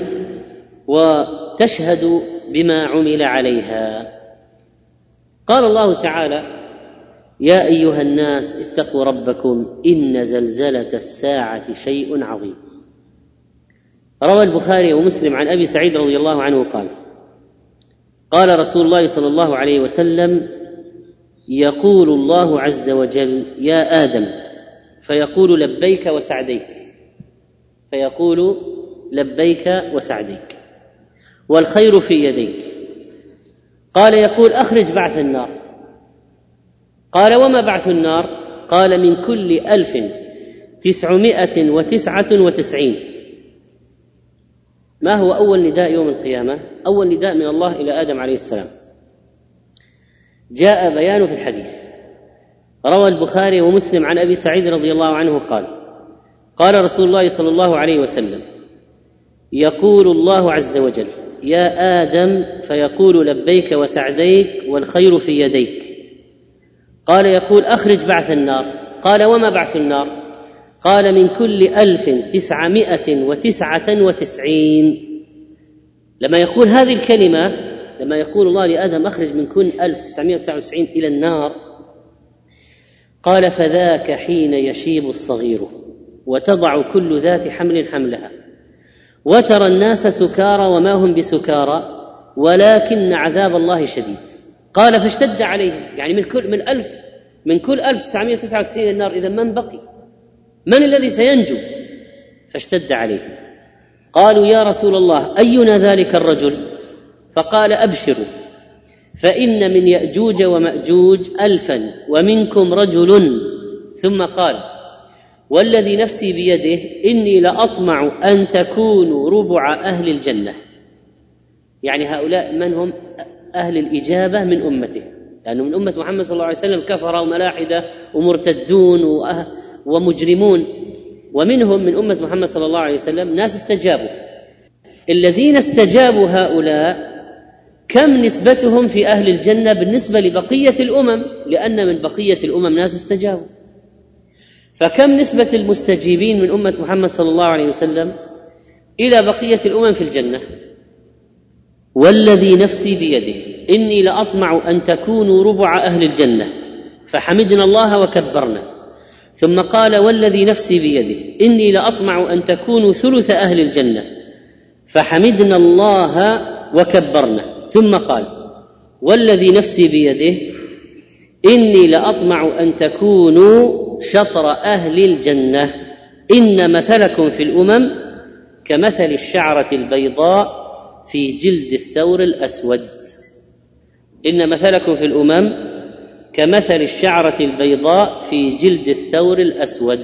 وتشهد بما عمل عليها. قال الله تعالى: يا أيها الناس اتقوا ربكم إن زلزلة الساعة شيء عظيم. روى البخاري ومسلم عن أبي سعيد رضي الله عنه قال: قال رسول الله صلى الله عليه وسلم: يقول الله عز وجل: يا آدم، فيقول: لبيك وسعديك، فيقول: لبيك وسعديك، والخير في يديك. قال: يقول: أخرج بعث النار. قال: وما بعث النار؟ قال: من كل 1999. ما هو أول نداء يوم القيامة؟ أول نداء من الله إلى آدم عليه السلام جاء بيانه في الحديث. روى البخاري ومسلم عن أبي سعيد رضي الله عنه قال: قال رسول الله صلى الله عليه وسلم: يقول الله عز وجل: يا آدم، فيقول: لبيك وسعديك والخير في يديك. قال: يقول: أخرج بعث النار. قال: وما بعث النار؟ قال: من كل 1999. لما يقول هذه الكلمة، لما يقول الله لآدم: أخرج من كل 1999 إلى النار، قال: فذاك حين يشيب الصغير وتضع كل ذات حمل حملها وترى الناس سكارى وما هم بسكارى ولكن عذاب الله شديد. قال: فاشتد عليهم، يعني من كل 1999 إلى النار، إذا من بقي؟ من الذي سينجو؟ فاشتد عليهم. قالوا: يا رسول الله، أينا ذلك الرجل؟ فقال: أبشروا، فإن من يأجوج ومأجوج 1000 ومنكم رجل. ثم قال: والذي نفسي بيده إني لأطمع أن تكونوا ربع أهل الجنة. يعني هؤلاء من هم؟ أهل الإجابة من أمته، لأنه من أمة محمد صلى الله عليه وسلم كفرة وملاحدة ومرتدون ومجرمون، ومنهم من أمة محمد صلى الله عليه وسلم ناس استجابوا. الذين استجابوا هؤلاء كم نسبتهم في أهل الجنة بالنسبة لبقية الأمم؟ لأن من بقية الأمم ناس استجابوا. فكم نسبة المستجيبين من أمة محمد صلى الله عليه وسلم إلى بقية الأمم في الجنة؟ والذي نفسي بيده إني لأطمع أن تكونوا ربع أهل الجنة، فحمدنا الله وكبرنا. ثم قال: والذي نفسي بيده إني لأطمع أن تكونوا ثلث أهل الجنة، فحمدنا الله وكبرنا. ثم قال: والذي نفسي بيده إني لأطمع أن تكونوا شطر أهل الجنة، إن مثلكم في الأمم كمثل الشعرة البيضاء في جلد الثور الأسود. إن مثلكم في الأمم كمثل الشعرة البيضاء في جلد الثور الأسود.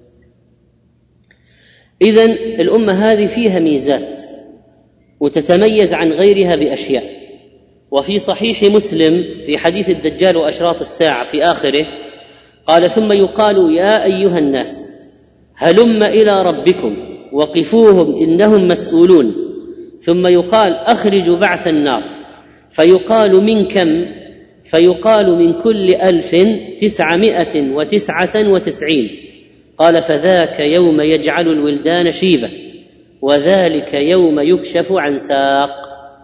إذن الأمة هذه فيها ميزات وتتميز عن غيرها بأشياء. وفي صحيح مسلم في حديث الدجال وأشراط الساعة في آخره قال: ثم يقال: يا أيها الناس هلم إلى ربكم وقفوهم إنهم مسؤولون. ثم يقال: أخرجوا بعث النار. فيقال: من كم؟ فيقال: من كل 1999. قال: فذاك يوم يجعل الولدان شيبة، وذلك يوم يكشف عن ساق.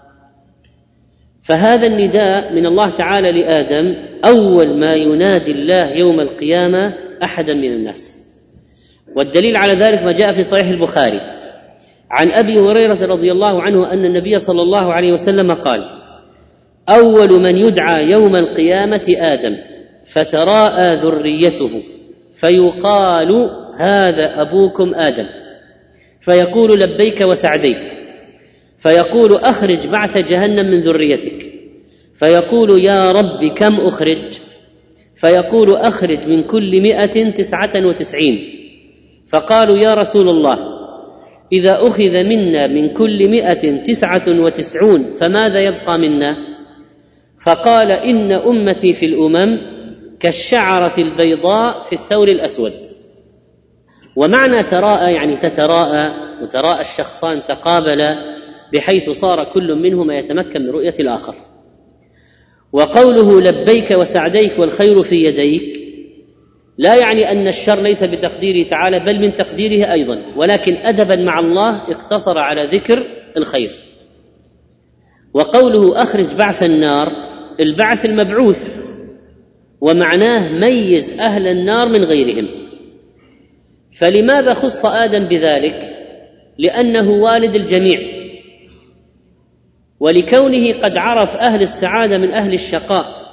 فهذا النداء من الله تعالى لآدم أول ما ينادي الله يوم القيامة أحدا من الناس. والدليل على ذلك ما جاء في صحيح البخاري عن أبي هريرة رضي الله عنه أن النبي صلى الله عليه وسلم قال: أول من يدعى يوم القيامة آدم، فتراءى ذريته، فيقال: هذا أبوكم آدم، فيقول: لبيك وسعديك. فيقول: أخرج بعث جهنم من ذريتك. فيقول: يا رب كم أخرج؟ فيقول: أخرج من كل 199. فقالوا: يا رسول الله، إذا أخذ منا من كل 199 فماذا يبقى منا؟ فقال: إن أمتي في الأمم كالشعرة البيضاء في الثور الأسود. ومعنى تراءى يعني تتراءى، وتراءى الشخصان تقابلا بحيث صار كل منهما يتمكن من رؤية الآخر. وقوله: لبيك وسعديك والخير في يديك لا يعني أن الشر ليس بتقديره تعالى، بل من تقديره أيضا، ولكن أدبا مع الله اقتصر على ذكر الخير. وقوله: أخرج بعث النار، البعث المبعوث، ومعناه ميز أهل النار من غيرهم. فلماذا خص آدم بذلك؟ لأنه والد الجميع، ولكونه قد عرف أهل السعادة من أهل الشقاء،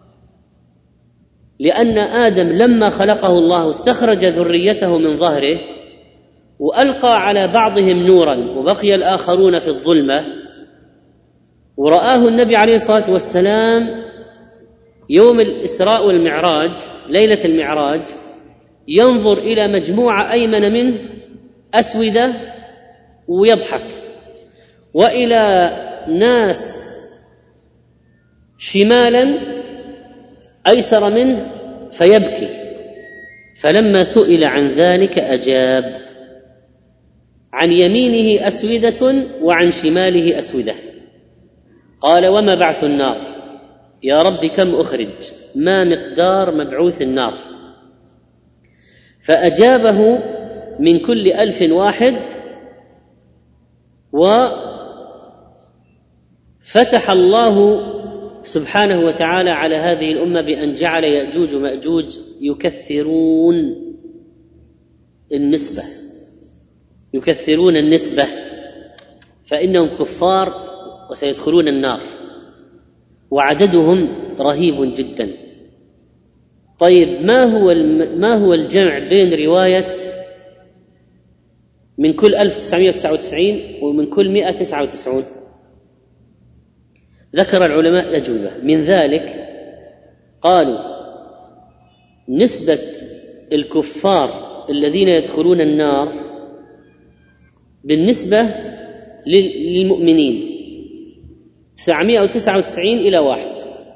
لأن آدم لما خلقه الله استخرج ذريته من ظهره وألقى على بعضهم نورا وبقي الآخرون في الظلمة. ورآه النبي عليه الصلاة والسلام يوم الإسراء والمعراج ليلة المعراج ينظر إلى مجموعة أيمن منه أسودة ويضحك، وإلى ناس شمالا أيسر منه فيبكي، فلما سئل عن ذلك أجاب: عن يمينه أسودة وعن شماله أسودة. قال: وما بعث النار؟ يا رب كم أخرج؟ ما مقدار مبعوث النار؟ فأجابه: من كل 1000 واحد. وفتح الله سبحانه وتعالى على هذه الأمة بأن جعل يأجوج ومأجوج يكثرون النسبة، فإنهم كفار وسيدخلون النار، وعددهم رهيب جدا. طيب، ما هو الجمع بين رواية من كل 1999 ومن كل 199؟ ذكر العلماء أجوبة من ذلك. قالوا: نسبة الكفار الذين يدخلون النار بالنسبة للمؤمنين 999 إلى 1،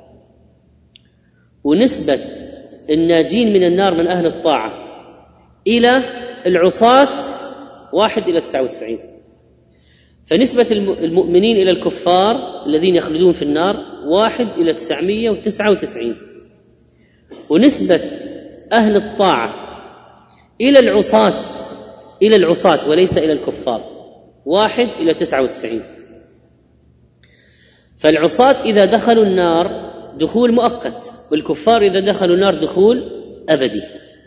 ونسبة الناجين من النار من أهل الطاعة إلى العصاة 1 إلى 99. فنسبة المؤمنين إلى الكفار الذين يخلدون في النار 1 إلى 999، ونسبة أهل الطاعة إلى العصاة وليس إلى الكفار 1 إلى 99. فالعصاة إذا دخلوا النار دخول مؤقت، والكفار إذا دخلوا النار دخول أبدي.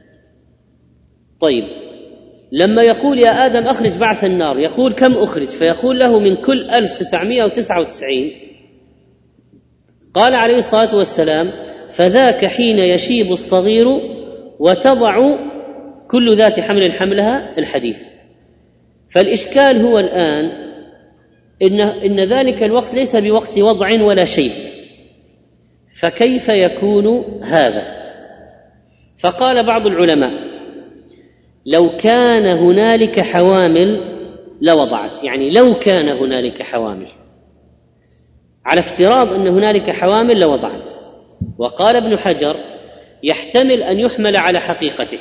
طيب، لما يقول يا آدم أخرج بعث النار، يقول كم أخرج؟ فيقول له من كل 1999. قال عليه الصلاة والسلام: فذاك حين يشيب الصغير وتضع كل ذات حمل حملها، الحديث. فالإشكال هو الآن إن ذلك الوقت ليس بوقت وضع ولا شيء، فكيف يكون هذا؟ فقال بعض العلماء: لو كان هنالك حوامل لوضعت، يعني لو كان هنالك حوامل، على افتراض أن هنالك حوامل لوضعت. وقال ابن حجر: يحتمل أن يحمل على حقيقته.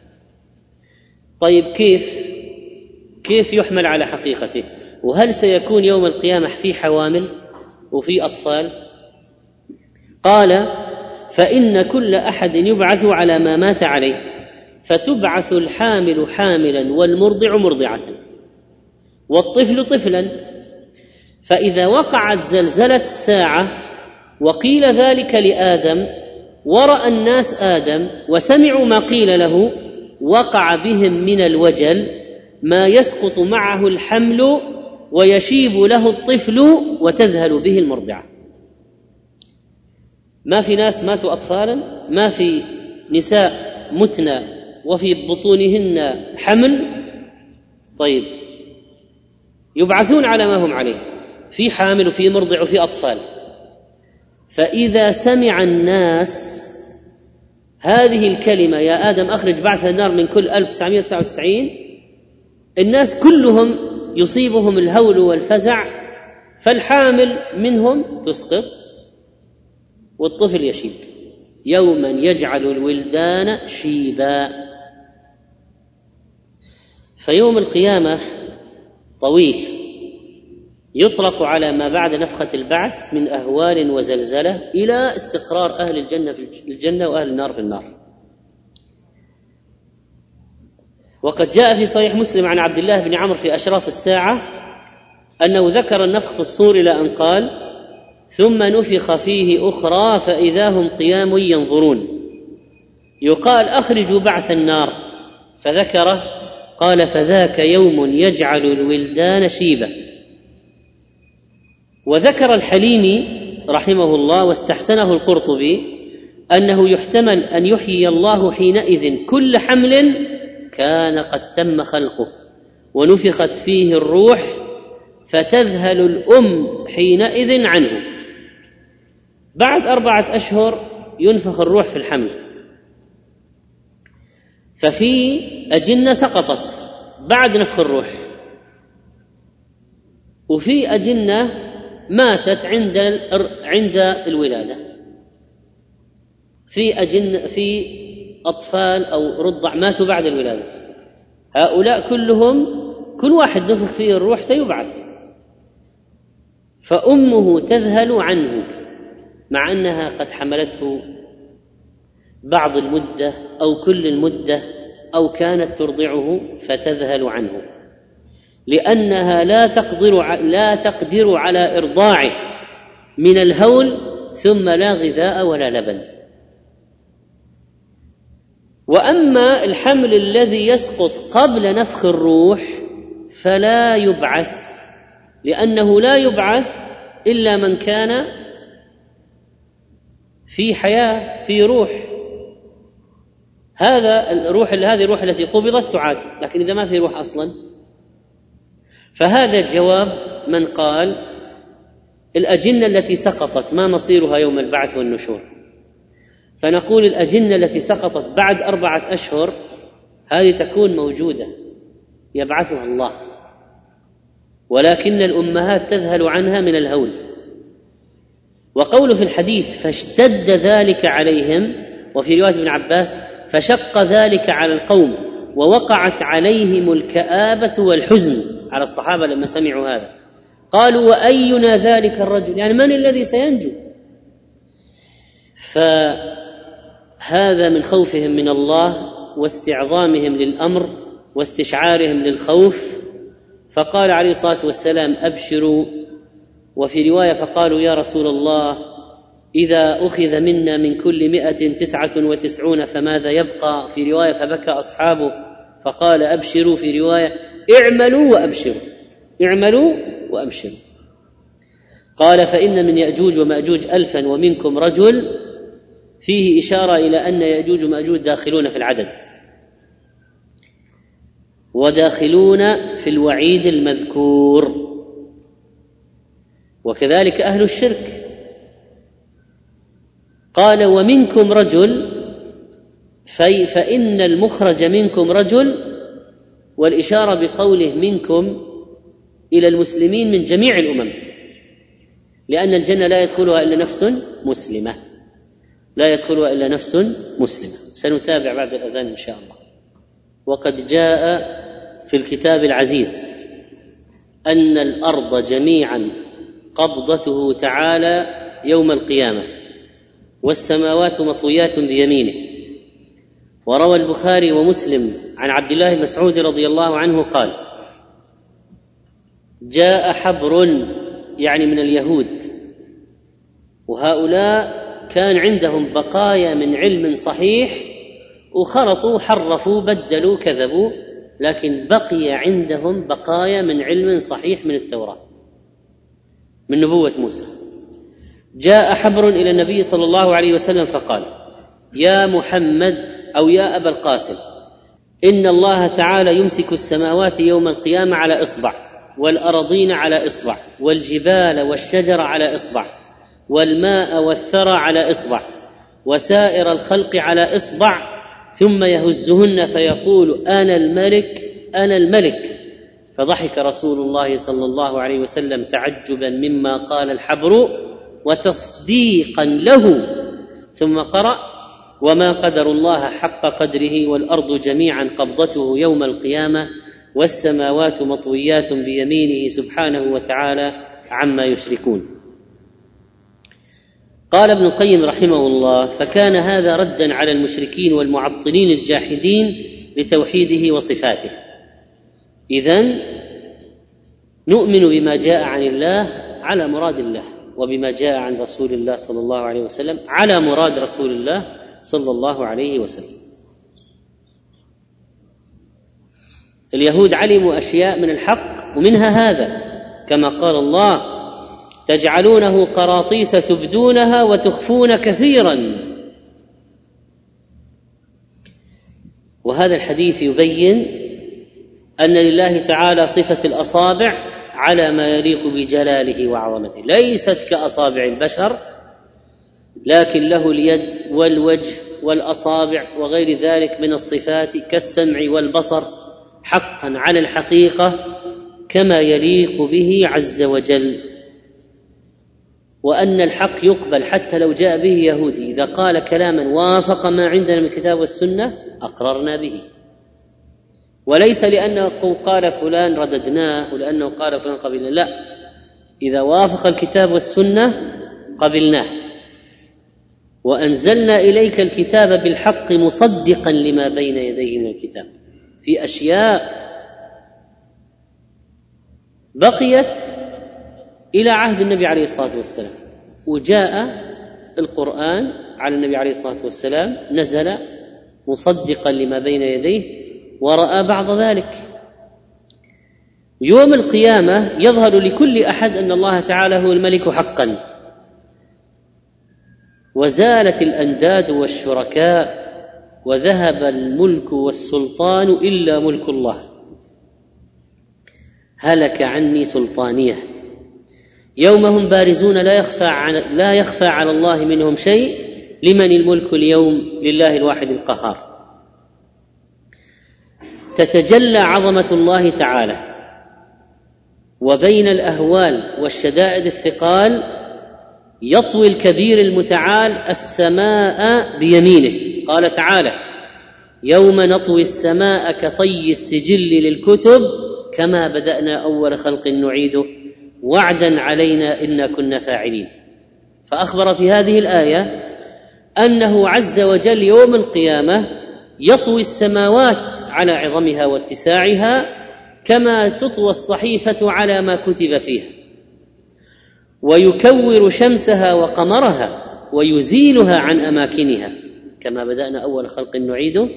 طيب، كيف يحمل على حقيقته؟ وهل سيكون يوم القيامة في حوامل وفي أطفال؟ قال: فإن كل أحد يبعث على ما مات عليه، فتبعث الحامل حاملا والمرضع مرضعة والطفل طفلا. فإذا وقعت زلزلة الساعة وقيل ذلك لآدم ورأى الناس آدم وسمعوا ما قيل له، وقع بهم من الوجل ما يسقط معه الحمل ويشيب له الطفل وتذهل به المرضعة. ما في ناس ماتوا أطفالا، ما في نساء متن وفي بطونهن حمل. طيب، يبعثون على ما هم عليه، في حامل وفي مرضع وفي أطفال. فإذا سمع الناس هذه الكلمة يا آدم أخرج بعث النار من كل 1999، الناس كلهم يصيبهم الهول والفزع، فالحامل منهم تسقط والطفل يشيب. يوما يجعل الولدان شيبا. فيوم القيامة طويل، يطلق على ما بعد نفخة البعث من أهوال وزلزلة إلى استقرار أهل الجنة في الجنة وأهل النار في النار. وقد جاء في صحيح مسلم عن عبد الله بن عمرو في أشراط الساعة أنه ذكر النفخ في الصور إلى أن قال: ثم نفخ فيه أخرى فإذا هم قيام ينظرون، يقال أخرجوا بعث النار، فذكره قال: فذاك يوم يجعل الولدان شيبا. وذكر الحليمي رحمه الله واستحسنه القرطبي أنه يحتمل أن يحيي الله حينئذ كل حمل كان قد تم خلقه ونفخت فيه الروح، فتذهل الأم حينئذ عنه. بعد 4 أشهر ينفخ الروح في الحمل، ففي أجنة سقطت بعد نفخ الروح، وفي أجنة ماتت عند الولادة، في أطفال أو رضع ماتوا بعد الولادة. هؤلاء كلهم كل واحد نفخ فيه الروح سيبعث، فأمه تذهل عنه مع أنها قد حملته بعض المدة أو كل المدة أو كانت ترضعه، فتذهل عنه لأنها لا تقدر على إرضاعه من الهول، ثم لا غذاء ولا لبن. وأما الحمل الذي يسقط قبل نفخ الروح فلا يبعث، لأنه لا يبعث إلا من كان في حياة، في روح. هذه الروح التي قبضت تعاد، لكن إذا ما في روح أصلا، فهذا جواب من قال الأجنة التي سقطت ما مصيرها يوم البعث والنشور. فنقول الأجنة التي سقطت بعد 4 أشهر هذه تكون موجودة يبعثها الله، ولكن الأمهات تذهل عنها من الهول. وقول في الحديث فاشتد ذلك عليهم، وفي رواية ابن عباس فشق ذلك على القوم ووقعت عليهم الكآبة والحزن، على الصحابة لما سمعوا هذا قالوا وأينا ذلك الرجل، يعني من الذي سينجو؟ فهذا من خوفهم من الله واستعظامهم للأمر واستشعارهم للخوف. فقال عليه الصلاة والسلام أبشروا. وفي رواية فقالوا يا رسول الله إذا أخذ منا من كل 199 فماذا يبقى؟ في رواية فبكى أصحابه، فقال أبشروا، في رواية اعملوا وأبشروا، اعملوا وأبشروا. قال فإن من يأجوج ومأجوج 1000 ومنكم رجل، فيه إشارة إلى أن يأجوج ومأجوج داخلون في العدد وداخلون في الوعيد المذكور، وكذلك أهل الشرك. قال ومنكم رجل، فإن المخرج منكم رجل، والإشارة بقوله منكم إلى المسلمين من جميع الأمم، لأن الجنة لا يدخلها إلا نفس مسلمة، لا يدخلها إلا نفس مسلمة. سنتابع بعد الأذان إن شاء الله. وقد جاء في الكتاب العزيز أن الأرض جميعا قبضته تعالى يوم القيامة، والسماوات مطويات بيمينه. وروى البخاري ومسلم عن عبد الله بن مسعود رضي الله عنه قال جاء حبر، يعني من اليهود، وهؤلاء كان عندهم بقايا من علم صحيح، وخرطوا حرفوا بدلوا كذبوا، لكن بقي عندهم بقايا من علم صحيح من التوراة، من نبوة موسى. جاء حبر إلى النبي صلى الله عليه وسلم فقال يا محمد أو يا أبا القاسم، إن الله تعالى يمسك السماوات يوم القيامة على إصبع، والأرضين على إصبع، والجبال والشجر على إصبع، والماء والثرى على إصبع، وسائر الخلق على إصبع، ثم يهزهن فيقول أنا الملك أنا الملك. فضحك رسول الله صلى الله عليه وسلم تعجبا مما قال الحبر وتصديقا له، ثم قرأ وما قدر الله حق قدره والأرض جميعا قبضته يوم القيامة والسماوات مطويات بيمينه سبحانه وتعالى عما يشركون. قال ابن القيم رحمه الله فكان هذا ردا على المشركين والمعطلين الجاحدين لتوحيده وصفاته. إذن نؤمن بما جاء عن الله على مراد الله، وبما جاء عن رسول الله صلى الله عليه وسلم على مراد رسول الله صلى الله عليه وسلم. اليهود علموا أشياء من الحق ومنها هذا، كما قال الله تجعلونه قراطيس تبدونها وتخفون كثيرا. وهذا الحديث يبين أن لله تعالى صفة الأصابع على ما يليق بجلاله وعظمته، ليست كأصابع البشر، لكن له اليد والوجه والأصابع وغير ذلك من الصفات كالسمع والبصر حقا على الحقيقة كما يليق به عز وجل، وأن الحق يقبل حتى لو جاء به يهودي، إذا قال كلاما وافق ما عندنا من الكتاب والسنة أقررنا به، وليس لأنه قال فلان رددناه ولأنه قال فلان قبلناه، لا، إذا وافق الكتاب والسنة قبلناه. وأنزلنا إليك الكتاب بالحق مصدقا لما بين يديه من الكتاب، في أشياء بقيت إلى عهد النبي عليه الصلاة والسلام، وجاء القرآن على النبي عليه الصلاة والسلام نزل مصدقا لما بين يديه ورأى بعض ذلك. يوم القيامة يظهر لكل أحد أن الله تعالى هو الملك حقا، وزالت الأنداد والشركاء وذهب الملك والسلطان إلا ملك الله، هلك عني سلطانيه. يوم هم بارزون لا يخفى على الله منهم شيء، لمن الملك اليوم؟ لله الواحد القهار. تتجلى عظمة الله تعالى، وبين الأهوال والشدائد الثقال يطوي الكبير المتعال السماء بيمينه. قال تعالى: يوم نطوي السماء كطي السجل للكتب كما بدأنا أول خلق نعيده وعدا علينا إنا كنا فاعلين. فأخبر في هذه الآية أنه عز وجل يوم القيامة يطوي السماوات على عظمها واتساعها كما تطوى الصحيفة على ما كتب فيها، ويكور شمسها وقمرها ويزيلها عن أماكنها كما بدأنا أول خلق نعيده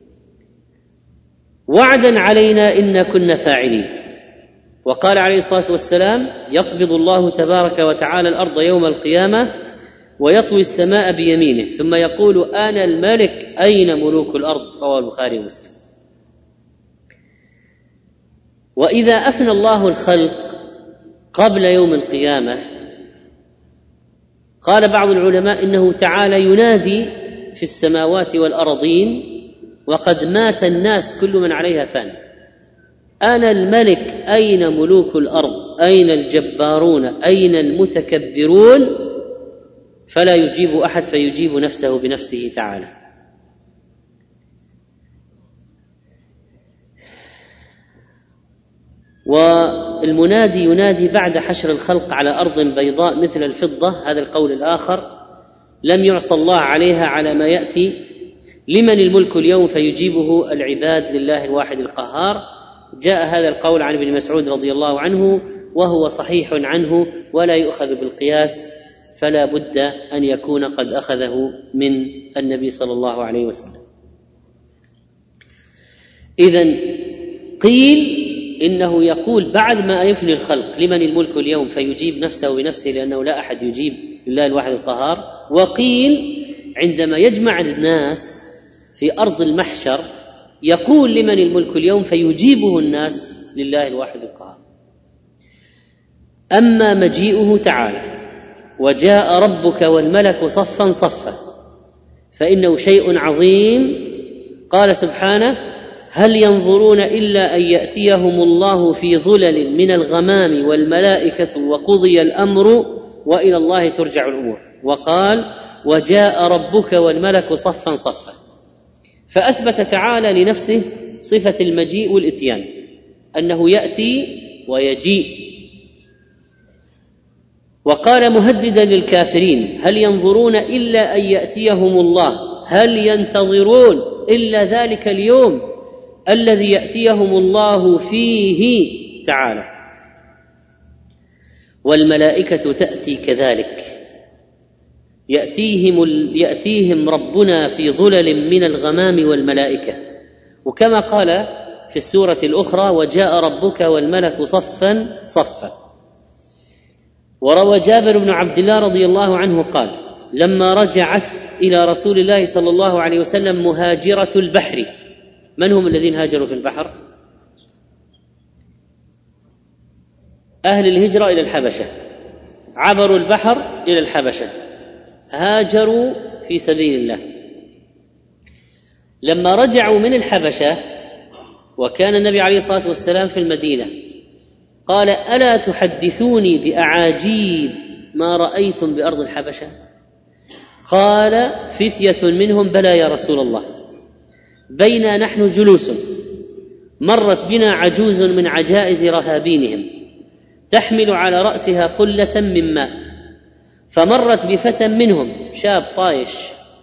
وعدا علينا إنا كنا فاعلين. وقال عليه الصلاة والسلام: يقبض الله تبارك وتعالى الأرض يوم القيامة ويطوي السماء بيمينه ثم يقول: أنا الملك أين ملوك الأرض؟ رواه البخاري ومسلم. وإذا أفنى الله الخلق قبل يوم القيامة، قال بعض العلماء إنه تعالى ينادي في السماوات والأرضين وقد مات الناس كل من عليها فان: أنا الملك أين ملوك الأرض؟ أين الجبارون؟ أين المتكبرون؟ فلا يجيب أحد فيجيب نفسه بنفسه تعالى. والمنادي ينادي بعد حشر الخلق على أرض بيضاء مثل الفضة، هذا القول الآخر، لم يعصى الله عليها على ما يأتي: لمن الملك اليوم؟ فيجيبه العباد لله الواحد القهار. جاء هذا القول عن ابن مسعود رضي الله عنه وهو صحيح عنه ولا يؤخذ بالقياس، فلا بد أن يكون قد أخذه من النبي صلى الله عليه وسلم. إذن قيل إنه يقول بعد ما يفني الخلق: لمن الملك اليوم؟ فيجيب نفسه بنفسه لأنه لا أحد يجيب لله الواحد القهار. وقيل عندما يجمع الناس في أرض المحشر يقول: لمن الملك اليوم؟ فيجيبه الناس لله الواحد القهار. أما مجيئه تعالى وجاء ربك والملك صفا صفا فإنه شيء عظيم. قال سبحانه: هل ينظرون إلا أن يأتيهم الله في ظلل من الغمام والملائكة وقضي الأمر وإلى الله ترجع الأمور. وقال: وجاء ربك والملك صفا صفا، فأثبت تعالى لنفسه صفة المجيء والإتيان، أنه يأتي ويجيء. وقال مهددا للكافرين: هل ينظرون إلا أن يأتيهم الله؟ هل ينتظرون إلا ذلك اليوم الذي يأتيهم الله فيه تعالى. والملائكة تأتي كذلك، يأتيهم ربنا في ظلل من الغمام والملائكة، وكما قال في السورة الأخرى: وجاء ربك والملك صفا صفا. وروى جابر بن عبد الله رضي الله عنه قال: لما رجعت إلى رسول الله صلى الله عليه وسلم مهاجرة البحر. من هم الذين هاجروا في البحر؟ أهل الهجرة إلى الحبشة، عبروا البحر إلى الحبشة، هاجروا في سبيل الله. لما رجعوا من الحبشة وكان النبي عليه الصلاة والسلام في المدينة قال: ألا تحدثوني بأعاجيب ما رأيتم بأرض الحبشة؟ قال فتية منهم: بلى يا رسول الله، بينا نحن جلوس مرت بنا عجوز من عجائز رهابينهم تحمل على رأسها قلة من ماء، فمرت بفتى منهم شاب طايش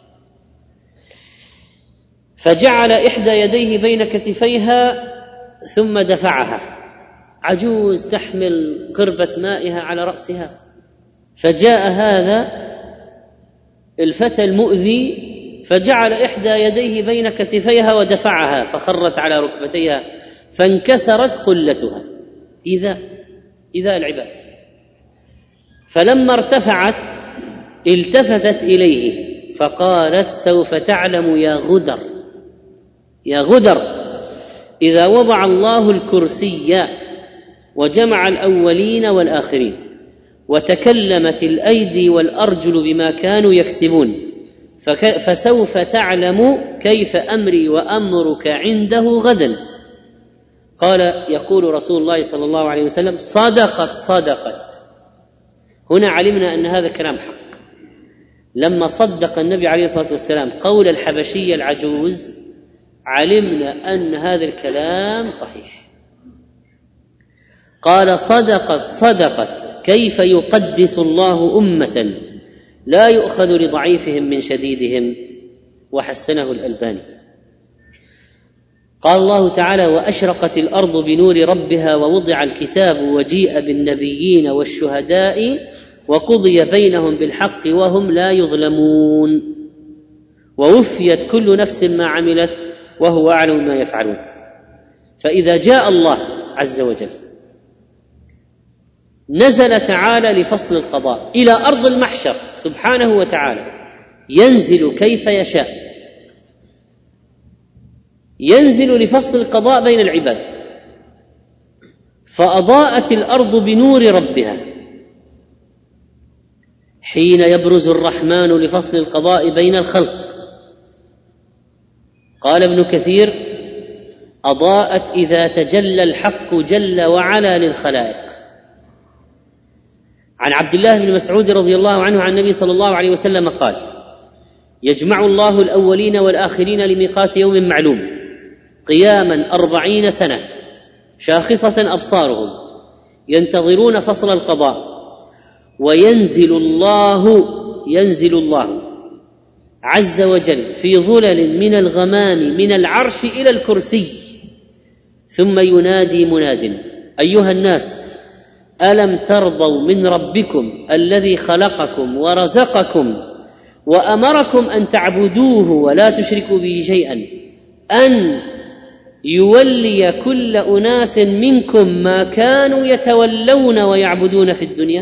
فجعل إحدى يديه بين كتفيها ثم دفعها، عجوز تحمل قربة مائها على رأسها، فجاء هذا الفتى المؤذي فجعل إحدى يديه بين كتفيها ودفعها فخرت على ركبتيها فانكسرت قلتها. إذا العباد. فلما ارتفعت التفتت إليه فقالت: سوف تعلم يا غدر إذا وضع الله الكرسي وجمع الأولين والآخرين وتكلمت الأيدي والأرجل بما كانوا يكسبون فسوف تعلم كيف أمري وأمرك عنده غدا. قال يقول رسول الله صلى الله عليه وسلم: صدقت. هنا علمنا أن هذا كلام حق. لما صدق النبي عليه الصلاة والسلام قول الحبشية العجوز علمنا أن هذا الكلام صحيح. قال: صدقت كيف يقدس الله أمة لا يؤخذ لضعيفهم من شديدهم. وحسنه الألباني. قال الله تعالى: وأشرقت الأرض بنور ربها ووضع الكتاب وجيء بالنبيين والشهداء وقضي بينهم بالحق وهم لا يظلمون ووفيت كل نفس ما عملت وهو أعلم ما يفعلون. فإذا جاء الله عز وجل نزل تعالى لفصل القضاء إلى أرض المحشر سبحانه وتعالى، ينزل كيف يشاء، ينزل لفصل القضاء بين العباد، فأضاءت الأرض بنور ربها حين يبرز الرحمن لفصل القضاء بين الخلق. قال ابن كثير: أضاءت إذا تجلى الحق جل وعلا للخلائق. عن عبد الله بن مسعود رضي الله عنه عن النبي صلى الله عليه وسلم قال: يجمع الله الأولين والآخرين لميقات يوم معلوم قياما 40 سنة شاخصة أبصارهم ينتظرون فصل القضاء، وينزل الله عز وجل في ظلل من الغمام من العرش إلى الكرسي، ثم ينادي مناد: أيها الناس، ألم ترضوا من ربكم الذي خلقكم ورزقكم وأمركم أن تعبدوه ولا تشركوا به شيئا أن يولي كل أناس منكم ما كانوا يتولون ويعبدون في الدنيا؟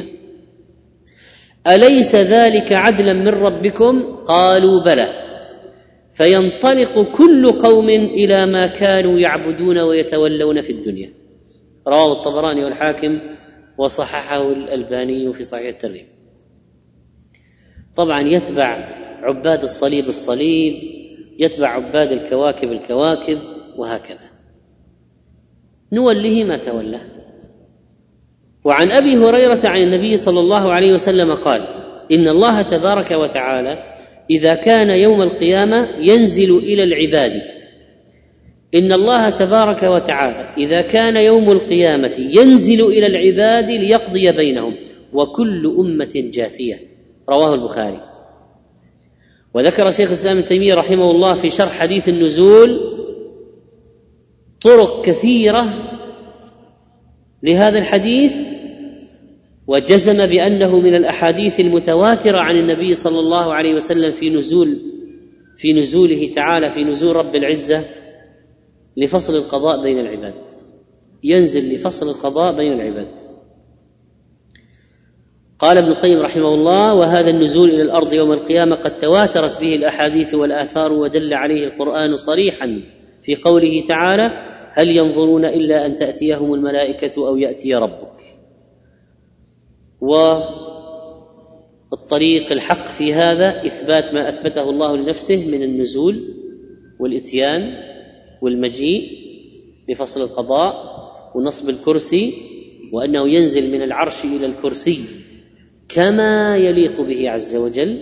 أليس ذلك عدلا من ربكم؟ قالوا: بلى. فينطلق كل قوم إلى ما كانوا يعبدون ويتولون في الدنيا. رواه الطبراني والحاكم وصححه الألباني في صحيح الترغيب. طبعا يتبع عباد الصليب، يتبع عباد الكواكب وهكذا، نوله ما تولى. وعن أبي هريرة عن النبي صلى الله عليه وسلم قال: إن الله تبارك وتعالى إذا كان يوم القيامة ينزل إلى العباد. إن الله تبارك وتعالى إذا كان يوم القيامة ينزل إلى العباد ليقضي بينهم وكل أمة جاثية. رواه البخاري. وذكر شيخ الإسلام ابن تيمية رحمه الله في شرح حديث النزول طرق كثيرة لهذا الحديث، وجزم بأنه من الأحاديث المتواترة عن النبي صلى الله عليه وسلم في نزوله تعالى، في نزول رب العزة لفصل القضاء بين العباد، ينزل لفصل القضاء بين العباد. قال ابن القيم رحمه الله: وهذا النزول إلى الأرض يوم القيامة قد تواترت به الأحاديث والآثار، ودل عليه القرآن صريحا في قوله تعالى: هل ينظرون إلا أن تأتيهم الملائكة أو يأتي ربك. والطرق والطريق الحق في هذا إثبات ما أثبته الله لنفسه من النزول والإتيان والمجيء بفصل القضاء ونصب الكرسي، وأنه ينزل من العرش إلى الكرسي كما يليق به عز وجل،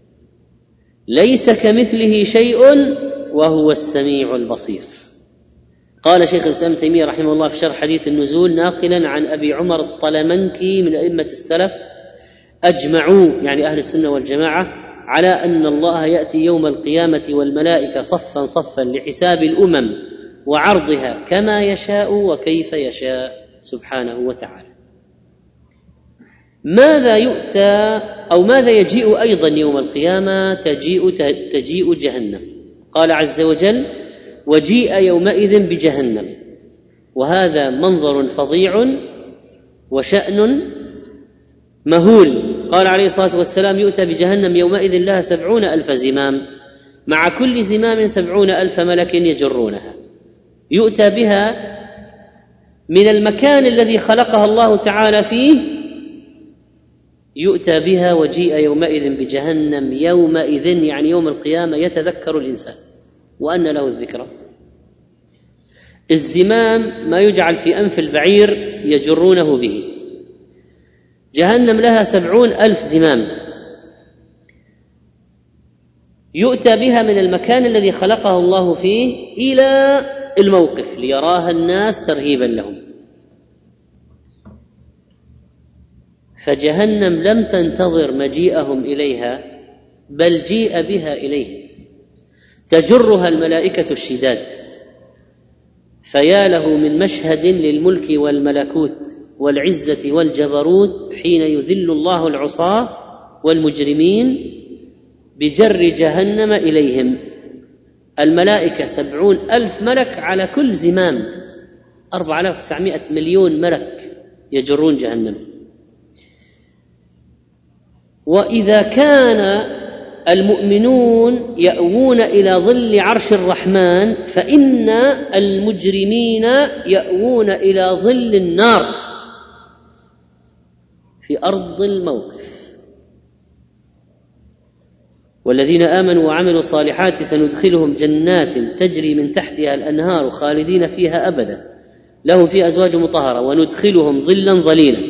ليس كمثله شيء وهو السميع البصير. قال شيخ الإسلام ابن تيمية رحمه الله في شرح حديث النزول ناقلا عن أبي عمر الطلمنكي من أئمة السلف: أجمعوا، يعني أهل السنة والجماعة، على أن الله يأتي يوم القيامة والملائكة صفا صفا لحساب الأمم وعرضها كما يشاء وكيف يشاء سبحانه وتعالى. ماذا يؤتى أو ماذا يجيء أيضا يوم القيامة؟ تجيء جهنم. قال عز وجل: وجيء يومئذ بجهنم، وهذا منظر فظيع وشأن مهول. قال عليه الصلاة والسلام: يؤتى بجهنم يومئذ لها 70,000 زمام، مع كل زمام 70,000 ملك يجرونها. يؤتى بها من المكان الذي خلقها الله تعالى فيه، يؤتى بها وجيء يومئذ بجهنم. يومئذ يعني يوم القيامة يتذكر الإنسان وأن له الذكرى. الزمام ما يجعل في أنف البعير يجرونه به. جهنم لها 70,000 زمام، يؤتى بها من المكان الذي خلقه الله فيه إلى الموقف ليراها الناس ترهيبا لهم. فجهنم لم تنتظر مجيئهم إليها، بل جيء بها إليه، تجرها الملائكة الشداد. فيا له من مشهد للملك والملكوت والعزة والجبروت حين يذل الله العصاة والمجرمين بجر جهنم إليهم. الملائكة 70,000 ملك على كل زمام، 4,900 مليون ملك يجرون جهنم. وإذا كان المؤمنون يأوون إلى ظل عرش الرحمن، فإن المجرمين يأوون إلى ظل النار في أرض الموقف. والذين آمنوا وعملوا الصالحات سندخلهم جنات تجري من تحتها الأنهار خالدين فيها أبدا لهم فيها أزواج مطهرة وندخلهم ظلا ظليلا.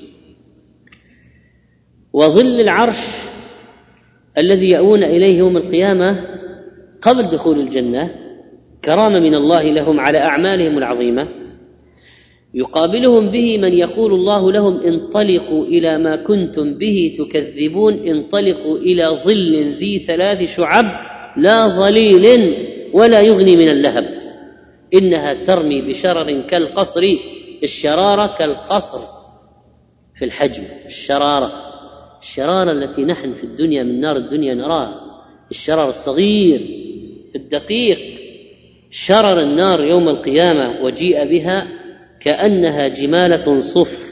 وظل العرش الذي يأوون إليه يوم القيامة قبل دخول الجنة كرامة من الله لهم على أعمالهم العظيمة، يقابلهم به من يقول الله لهم: انطلقوا إلى ما كنتم به تكذبون، انطلقوا إلى ظل ذي 3 شعب لا ظليل ولا يغني من اللهب، إنها ترمي بشرر كالقصر. الشرارة كالقصر في الحجم، الشرارة التي نحن في الدنيا من نار الدنيا نراها، الشرر الصغير الدقيق. شرر النار يوم القيامة وجيء بها كأنها جمالة صفر.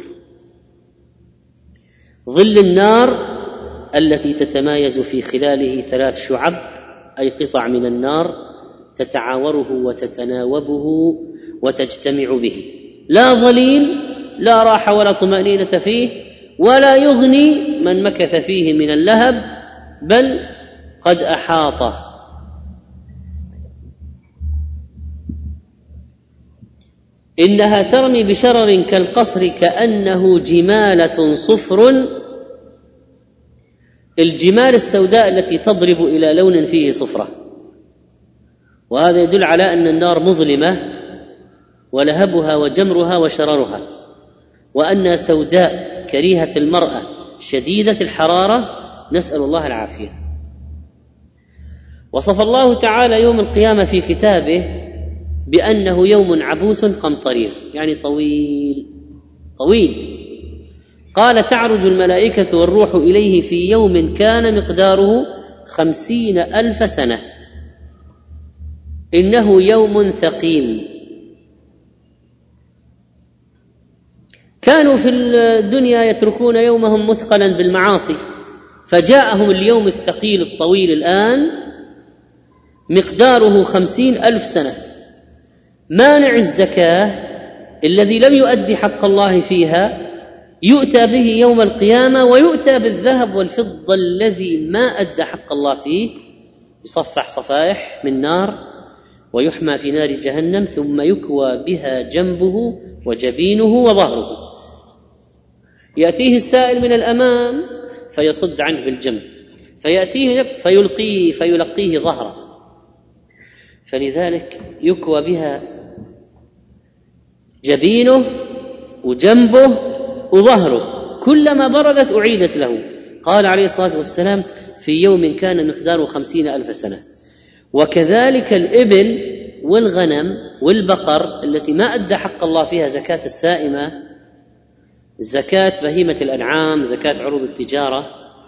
ظل النار التي تتمايز في خلاله 3 شعب، أي قطع من النار تتعاوره وتتناوبه وتجتمع به، لا ظليل، لا راحة ولا طمأنينة فيه، ولا يغني من مكث فيه من اللهب، بل قد أحاطه. إنها ترمي بشرر كالقصر كأنه جمالة صفر. الجمال السوداء التي تضرب إلى لون فيه صفرة، وهذا يدل على أن النار مظلمة ولهبها وجمرها وشررها، وأنها سوداء كريهة المرأة شديدة الحرارة، نسأل الله العافية. وصف الله تعالى يوم القيامة في كتابه بأنه يوم عبوس قمطرير، يعني طويل. قال: تعرج الملائكة والروح إليه في يوم كان مقداره 50,000 سنة، إنه يوم ثقيل. كانوا في الدنيا يتركون يومهم مثقلا بالمعاصي، فجاءهم اليوم الثقيل الطويل الآن مقداره 50,000 سنة. مانع الزكاة الذي لم يؤدي حق الله فيها يؤتى به يوم القيامة، ويؤتى بالذهب والفضة الذي ما أدى حق الله فيه، يصفح صفائح من نار ويحمى في نار جهنم، ثم يكوى بها جنبه وجبينه وظهره. يأتيه السائل من الأمام فيصد عنه بالجنب، فيأتيه فيلقيه ظهره، فلذلك يكوى بها جبينه وجنبه وظهره، كلما بردت أعيدت له. قال عليه الصلاة والسلام: في يوم كان مقداره 50,000 سنة. وكذلك الإبل والغنم والبقر التي ما أدى حق الله فيها زكاة السائمة، زكاة بهيمة الأنعام، زكاة عروض التجارة،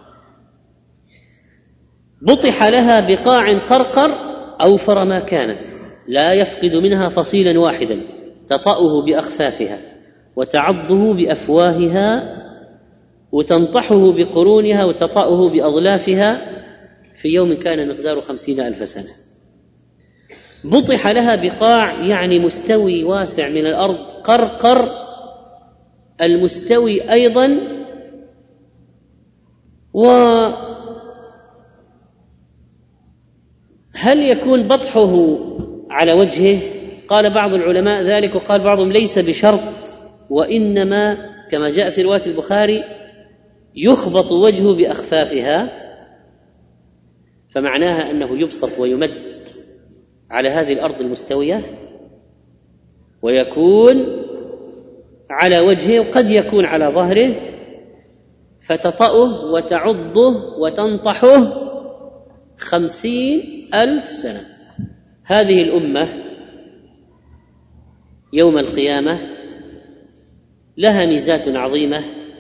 بطح لها بقاع قرقر أوفر ما كانت، لا يفقد منها فصيلا واحدا، تطأه بأخفافها وتعضه بأفواهها وتنطحه بقرونها وتطأه بأظلافها، في يوم كان مقداره 50,000 سنة. بطح لها بقاع يعني مستوي واسع من الأرض، قرقر المستوي أيضا. وهل يكون بطحه على وجهه؟ قال بعض العلماء ذلك، وقال بعضهم ليس بشرط، وإنما كما جاء في رواية البخاري يخبط وجهه بأخفافها، فمعناها أنه يبسط ويمد على هذه الأرض المستوية، ويكون على وجهه وقد يكون على ظهره، فتطأه وتعضه وتنطحه 50,000 سنة. هذه الأمة يوم القيامة لها ميزات عظيمة،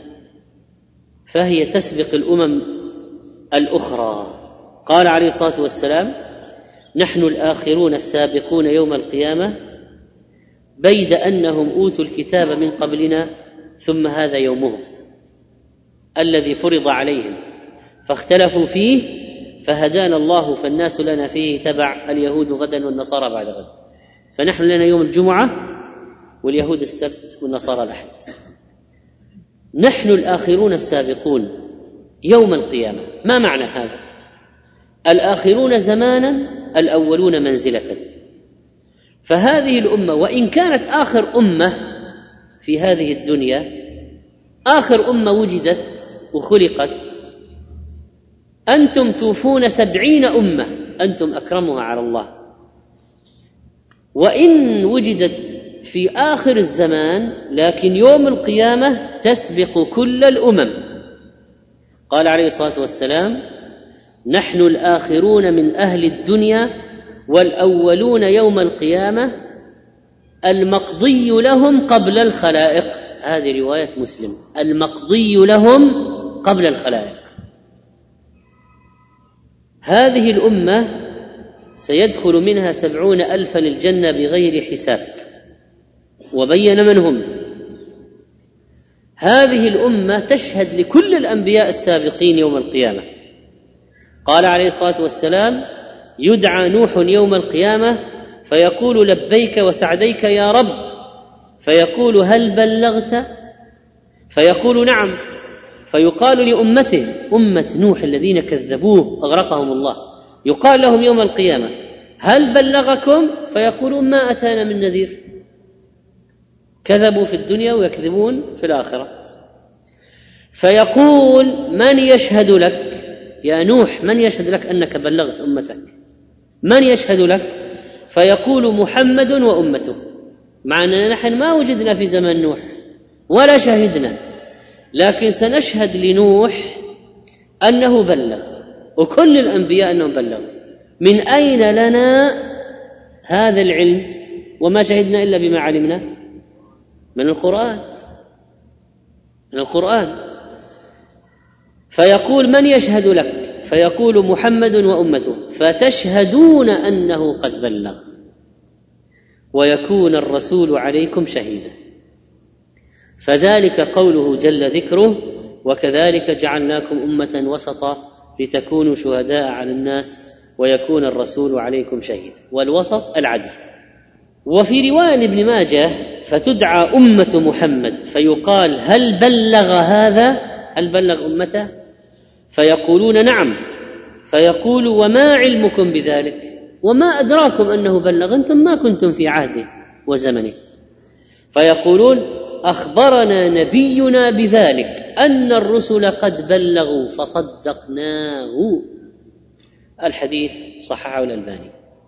فهي تسبق الأمم الأخرى. قال عليه الصلاة والسلام: نحن الآخرون السابقون يوم القيامة، بيد أنهم أوتوا الكتاب من قبلنا، ثم هذا يومهم الذي فرض عليهم فاختلفوا فيه، فهدانا الله فالناس لنا فيه تبع، اليهود غدا والنصارى بعد غد. فنحن لنا يوم الجمعة واليهود السبت والنصارى الأحد. نحن الآخرون السابقون يوم القيامة. ما معنى هذا؟ الآخرون زمانا، الأولون منزلة. فهذه الأمة وإن كانت آخر أمة في هذه الدنيا، آخر أمة وجدت وخلقت، أنتم توفون 70 أمة، أنتم أكرمها على الله. وإن وجدت في آخر الزمان، لكن يوم القيامة تسبق كل الأمم. قال عليه الصلاة والسلام: نحن الآخرون من أهل الدنيا والأولون يوم القيامة، المقضي لهم قبل الخلائق. هذه رواية مسلم، المقضي لهم قبل الخلائق. هذه الأمة سيدخل منها 70,000 الجنة بغير حساب، وبين من هم. هذه الأمة تشهد لكل الأنبياء السابقين يوم القيامة. قال عليه الصلاة والسلام: يدعى نوح يوم القيامة فيقول: لبيك وسعديك يا رب، فيقول: هل بلغت؟ فيقول: نعم. فيقال لأمته، أمة نوح الذين كذبوه أغرقهم الله، يقال لهم يوم القيامة: هل بلغكم؟ فيقولون: ما أتانا من نذير. كذبوا في الدنيا ويكذبون في الآخرة. فيقول: من يشهد لك يا نوح؟ من يشهد لك أنك بلغت أمتك؟ من يشهد لك؟ فيقول: محمد وأمته. مع أننا نحن ما وجدنا في زمن نوح ولا شهدنا، لكن سنشهد لنوح أنه بلغ، وكل الأنبياء أنهم بلغوا. من أين لنا هذا العلم وما شهدنا إلا بما علمنا؟ من القرآن، من القرآن. فيقول: من يشهد لك؟ فيقول: محمد وأمته. فتشهدون أنه قد بلغ، ويكون الرسول عليكم شهيدا. فذلك قوله جل ذكره: وكذلك جعلناكم أمة وسطا لتكونوا شهداء على الناس ويكون الرسول عليكم شهيدا. والوسط العدل. وفي رواية ابن ماجه فتدعى أمة محمد فيقال هل بلغ هذا؟ هل بلغ أمته؟ فيقولون نعم. فيقول وما علمكم بذلك؟ وما أدراكم أنه بلغ؟ أنتم ما كنتم في عهده وزمنه. فيقولون أخبرنا نبينا بذلك أن الرسل قد بلغوا فصدقناه. الحديث صححه الألباني.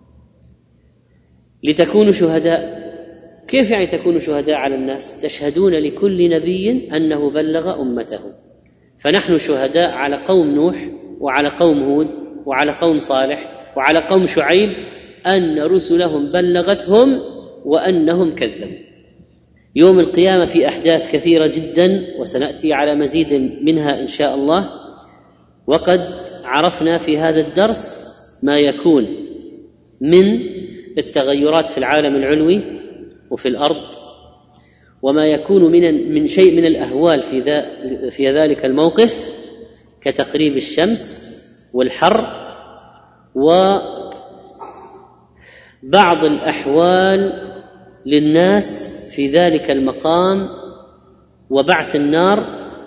لتكونوا شهداء. كيف يعني تكونوا شهداء على الناس؟ تشهدون لكل نبي أنه بلغ أمته. فنحن شهداء على قوم نوح وعلى قوم هود وعلى قوم صالح وعلى قوم شعيب أن رسلهم بلغتهم وأنهم كذبوا. يوم القيامة في أحداث كثيرة جدا وسنأتي على مزيد منها إن شاء الله. وقد عرفنا في هذا الدرس ما يكون من التغيرات في العالم العلوي وفي الأرض، وما يكون من شيء من الأهوال في ذلك الموقف كتقريب الشمس والحر وبعض الأحوال للناس في ذلك المقام وبعث النار.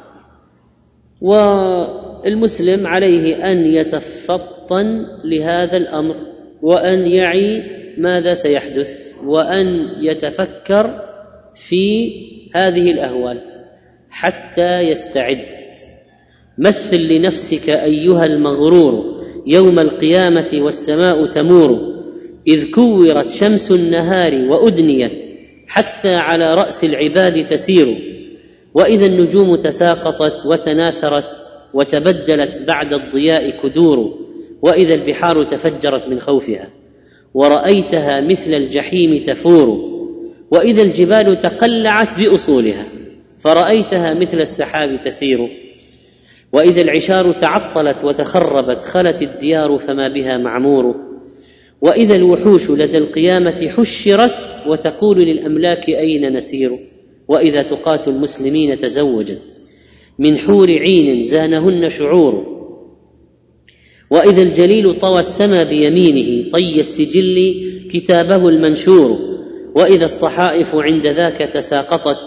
والمسلم عليه أن يتفطن لهذا الأمر وأن يعي ماذا سيحدث وأن يتفكر في هذه الأهوال حتى يستعد. مثل لنفسك أيها المغرور يوم القيامة والسماء تمور، إذ كورت شمس النهار وأدنيت حتى على رأس العباد تسير، وإذا النجوم تساقطت وتناثرت وتبدلت بعد الضياء كدور، وإذا البحار تفجرت من خوفها ورأيتها مثل الجحيم تفور، وإذا الجبال تقلعت بأصولها فرأيتها مثل السحاب تسير، وإذا العشار تعطلت وتخربت خلت الديار فما بها معمور، وإذا الوحوش لدى القيامة حشرت وتقول للأملاك أين نسير، وإذا تقات المسلمين تزوجت من حور عين زانهن شعور، وإذا الجليل طوى السما بيمينه طي السجل كتابه المنشور، وإذا الصحائف عند ذاك تساقطت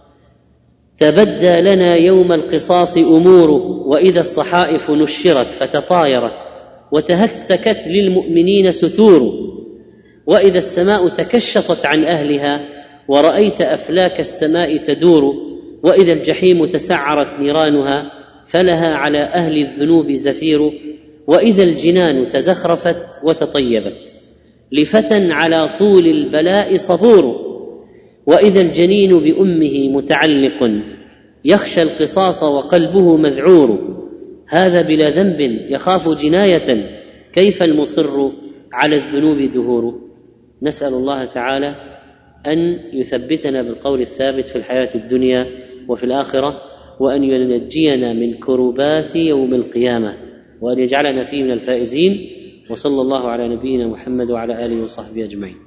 تبدى لنا يوم القصاص أمور، وإذا الصحائف نشرت فتطايرت وتهتكت للمؤمنين ستور، وإذا السماء تكشطت عن أهلها ورأيت أفلاك السماء تدور، وإذا الجحيم تسعرت نيرانها فلها على أهل الذنوب زفير، وإذا الجنان تزخرفت وتطيبت لفتى على طول البلاء صبور، وإذا الجنين بأمه متعلق يخشى القصاص وقلبه مذعور، هذا بلا ذنب يخاف جناية كيف المصر على الذنوب دهور. نسأل الله تعالى أن يثبتنا بالقول الثابت في الحياة الدنيا وفي الآخرة، وأن ينجينا من كربات يوم القيامة، وأن يجعلنا فيه من الفائزين. وصلى الله على نبينا محمد وعلى آله وصحبه أجمعين.